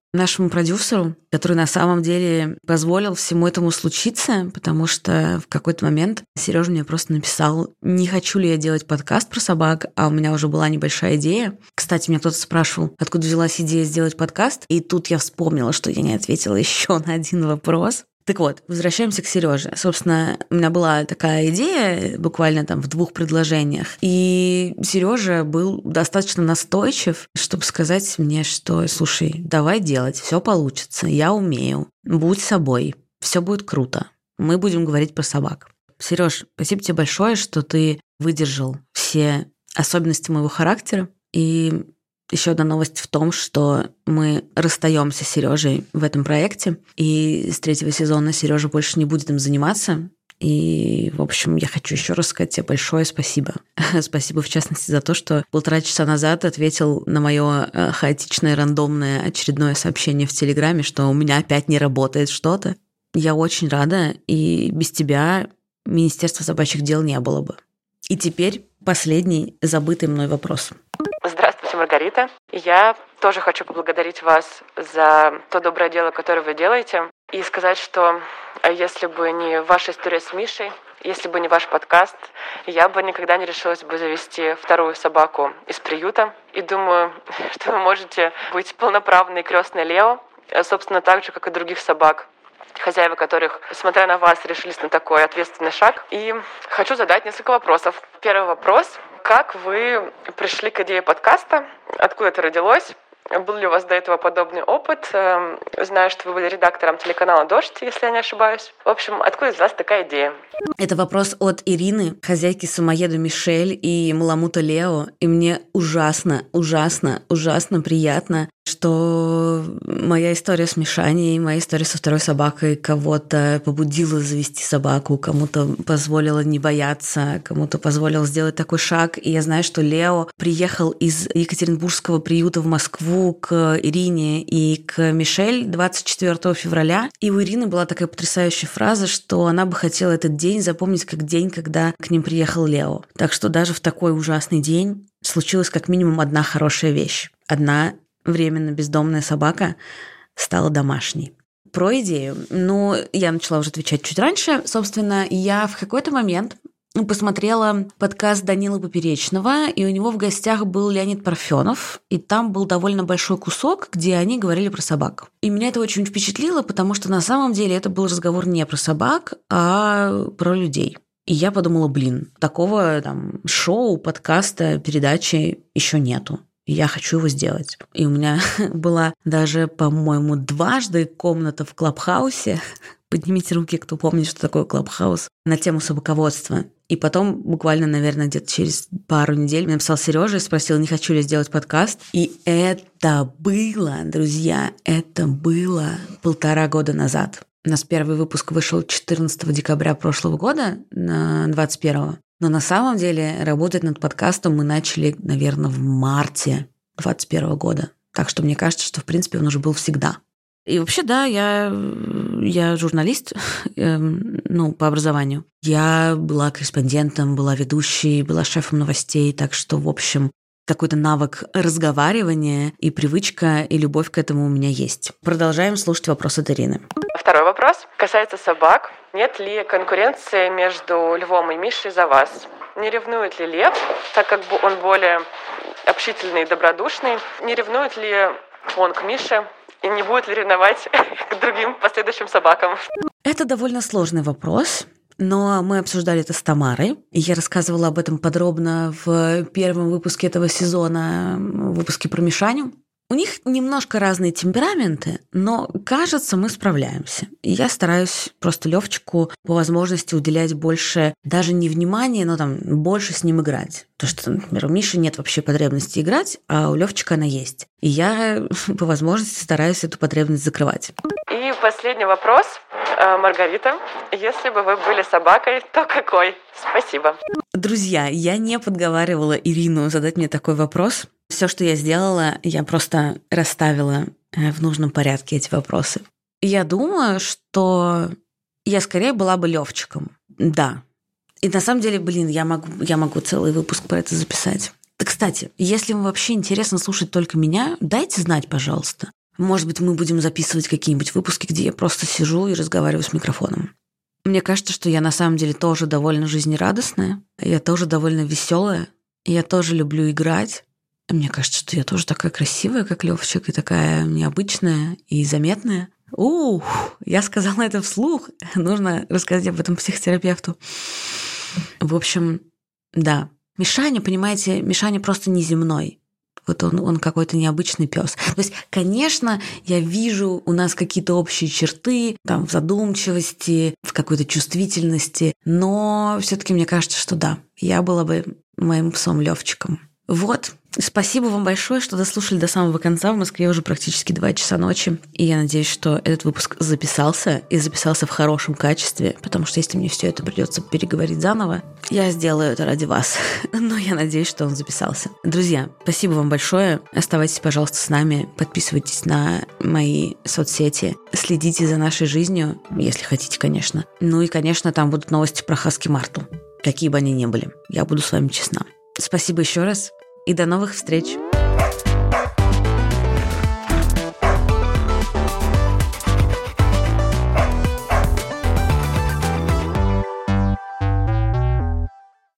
нашему продюсеру, который на самом деле позволил всему этому случиться, потому что в какой-то момент Сережа мне просто написал, не хочу ли я делать подкаст про собак, а у меня уже была небольшая идея. Кстати, меня кто-то спрашивал, откуда взялась идея сделать подкаст, и тут я вспомнила, что я не ответила еще на один вопрос. Так вот, возвращаемся к Сереже. Собственно, у меня была такая идея буквально там в 2 предложениях, и Сережа был достаточно настойчив, чтобы сказать мне, что, слушай, давай делать, все получится, я умею, будь собой, все будет круто, мы будем говорить про собак. Сереж, спасибо тебе большое, что ты выдержал все особенности моего характера, и еще одна новость в том, что мы расстаемся с Сережей в этом проекте, и с 3-го сезона Сережа больше не будет им заниматься. И, в общем, я хочу еще раз сказать тебе большое спасибо. Спасибо, в частности, за то, что 1,5 часа назад ответил на мое хаотичное, рандомное очередное сообщение в Телеграме, что у меня опять не работает что-то. Я очень рада, и без тебя Министерства собачьих дел не было бы. И теперь последний забытый мной вопрос. Здравствуйте, Маргарита. Я тоже хочу поблагодарить вас за то доброе дело, которое вы делаете, и сказать, что если бы не ваша история с Мишей, если бы не ваш подкаст, я бы никогда не решилась бы завести 2-ю собаку из приюта. И думаю, что вы можете быть полноправной крестной Лео, собственно, так же, как и других собак, хозяева которых, смотря на вас, решились на такой ответственный шаг. И хочу задать несколько вопросов. Первый вопрос. Как вы пришли к идее подкаста? Откуда это родилось? Был ли у вас до этого подобный опыт? Знаю, что вы были редактором телеканала «Дождь», если я не ошибаюсь. В общем, откуда из вас такая идея? Это вопрос от Ирины, хозяйки самоеда Мишель и Маламута Лео. И мне ужасно приятно, что моя история с Мишаней, моя история со 2-й собакой кого-то побудила завести собаку, кому-то позволила не бояться, кому-то позволила сделать такой шаг. И я знаю, что Лео приехал из Екатеринбургского приюта в Москву к Ирине и к Мишель 24 февраля. И у Ирины была такая потрясающая фраза, что она бы хотела этот день запомнить как день, когда к ним приехал Лео. Так что даже в такой ужасный день случилась как минимум одна хорошая вещь. Одна временно бездомная собака стала домашней. Про идею. Я начала уже отвечать чуть раньше. Собственно, я в какой-то момент посмотрела подкаст Данилы Поперечного, и у него в гостях был Леонид Парфенов, и там был довольно большой кусок, где они говорили про собак. И меня это очень впечатлило, потому что на самом деле это был разговор не про собак, а про людей. И я подумала, такого шоу, подкаста, передачи еще нету. И я хочу его сделать. И у меня была даже, по-моему, 2 комната в Клабхаусе. Поднимите руки, кто помнит, что такое Клабхаус, на тему собаководства. И потом, буквально, наверное, где-то через пару недель мне написал Сережа и спросил, не хочу ли сделать подкаст. И это было, друзья, это было 1,5 года назад. У нас первый выпуск вышел 14 декабря прошлого года, на 21-го. Но на самом деле работать над подкастом мы начали, наверное, в марте 2021 года. Так что мне кажется, что, в принципе, он уже был всегда. И вообще, да, я журналист, по образованию. Я была корреспондентом, была ведущей, была шефом новостей. Так что, в общем, какой-то навык разговаривания и привычка, и любовь к этому у меня есть. Продолжаем слушать вопрос от Ирины. Второй вопрос касается собак. Нет ли конкуренции между Львом и Мишей за вас? Не ревнует ли Лев, так как он более общительный и добродушный? Не ревнует ли он к Мише? И не будет ли ревновать к другим последующим собакам? Это довольно сложный вопрос. Но мы обсуждали это с Тамарой, и я рассказывала об этом подробно в первом выпуске этого сезона, в выпуске про Мишаню. У них немножко разные темпераменты, но, кажется, мы справляемся. И я стараюсь просто Левчику по возможности уделять больше, даже не внимания, но больше с ним играть. Потому что, например, у Миши нет вообще потребности играть, а у Левчика она есть. И я по возможности стараюсь эту потребность закрывать. И последний вопрос. Маргарита, если бы вы были собакой, то какой? Спасибо. Друзья, я не подговаривала Ирину задать мне такой вопрос. Все, что я сделала, я просто расставила в нужном порядке эти вопросы. Я думаю, что я скорее была бы Левчиком. Да. И на самом деле, я могу целый выпуск про это записать. Кстати, если вам вообще интересно слушать только меня, дайте знать, пожалуйста. Может быть, мы будем записывать какие-нибудь выпуски, где я просто сижу и разговариваю с микрофоном. Мне кажется, что я на самом деле тоже довольно жизнерадостная, я тоже довольно веселая, я тоже люблю играть. Мне кажется, что я тоже такая красивая, как Левчик, и такая необычная и заметная. Я сказала это вслух. Нужно рассказать об этом психотерапевту. В общем, да. Мишаня, понимаете, Мишаня просто неземной. Вот он какой-то необычный пес. То есть, конечно, я вижу у нас какие-то общие черты, там, в задумчивости, в какой-то чувствительности, но все-таки мне кажется, что да, я была бы моим псом Левчиком. Вот. Спасибо вам большое, что дослушали до самого конца. В Москве уже практически 2 часа ночи. И я надеюсь, что этот выпуск записался, и записался в хорошем качестве, потому что если мне все это придется переговорить заново, я сделаю это ради вас. Но я надеюсь, что он записался. Друзья, спасибо вам большое. Оставайтесь, пожалуйста, с нами. Подписывайтесь на мои соцсети. Следите за нашей жизнью, если хотите, конечно. Ну и, конечно, там будут новости про Хаски Марту. Какие бы они ни были. Я буду с вами честна. Спасибо еще раз. И до новых встреч!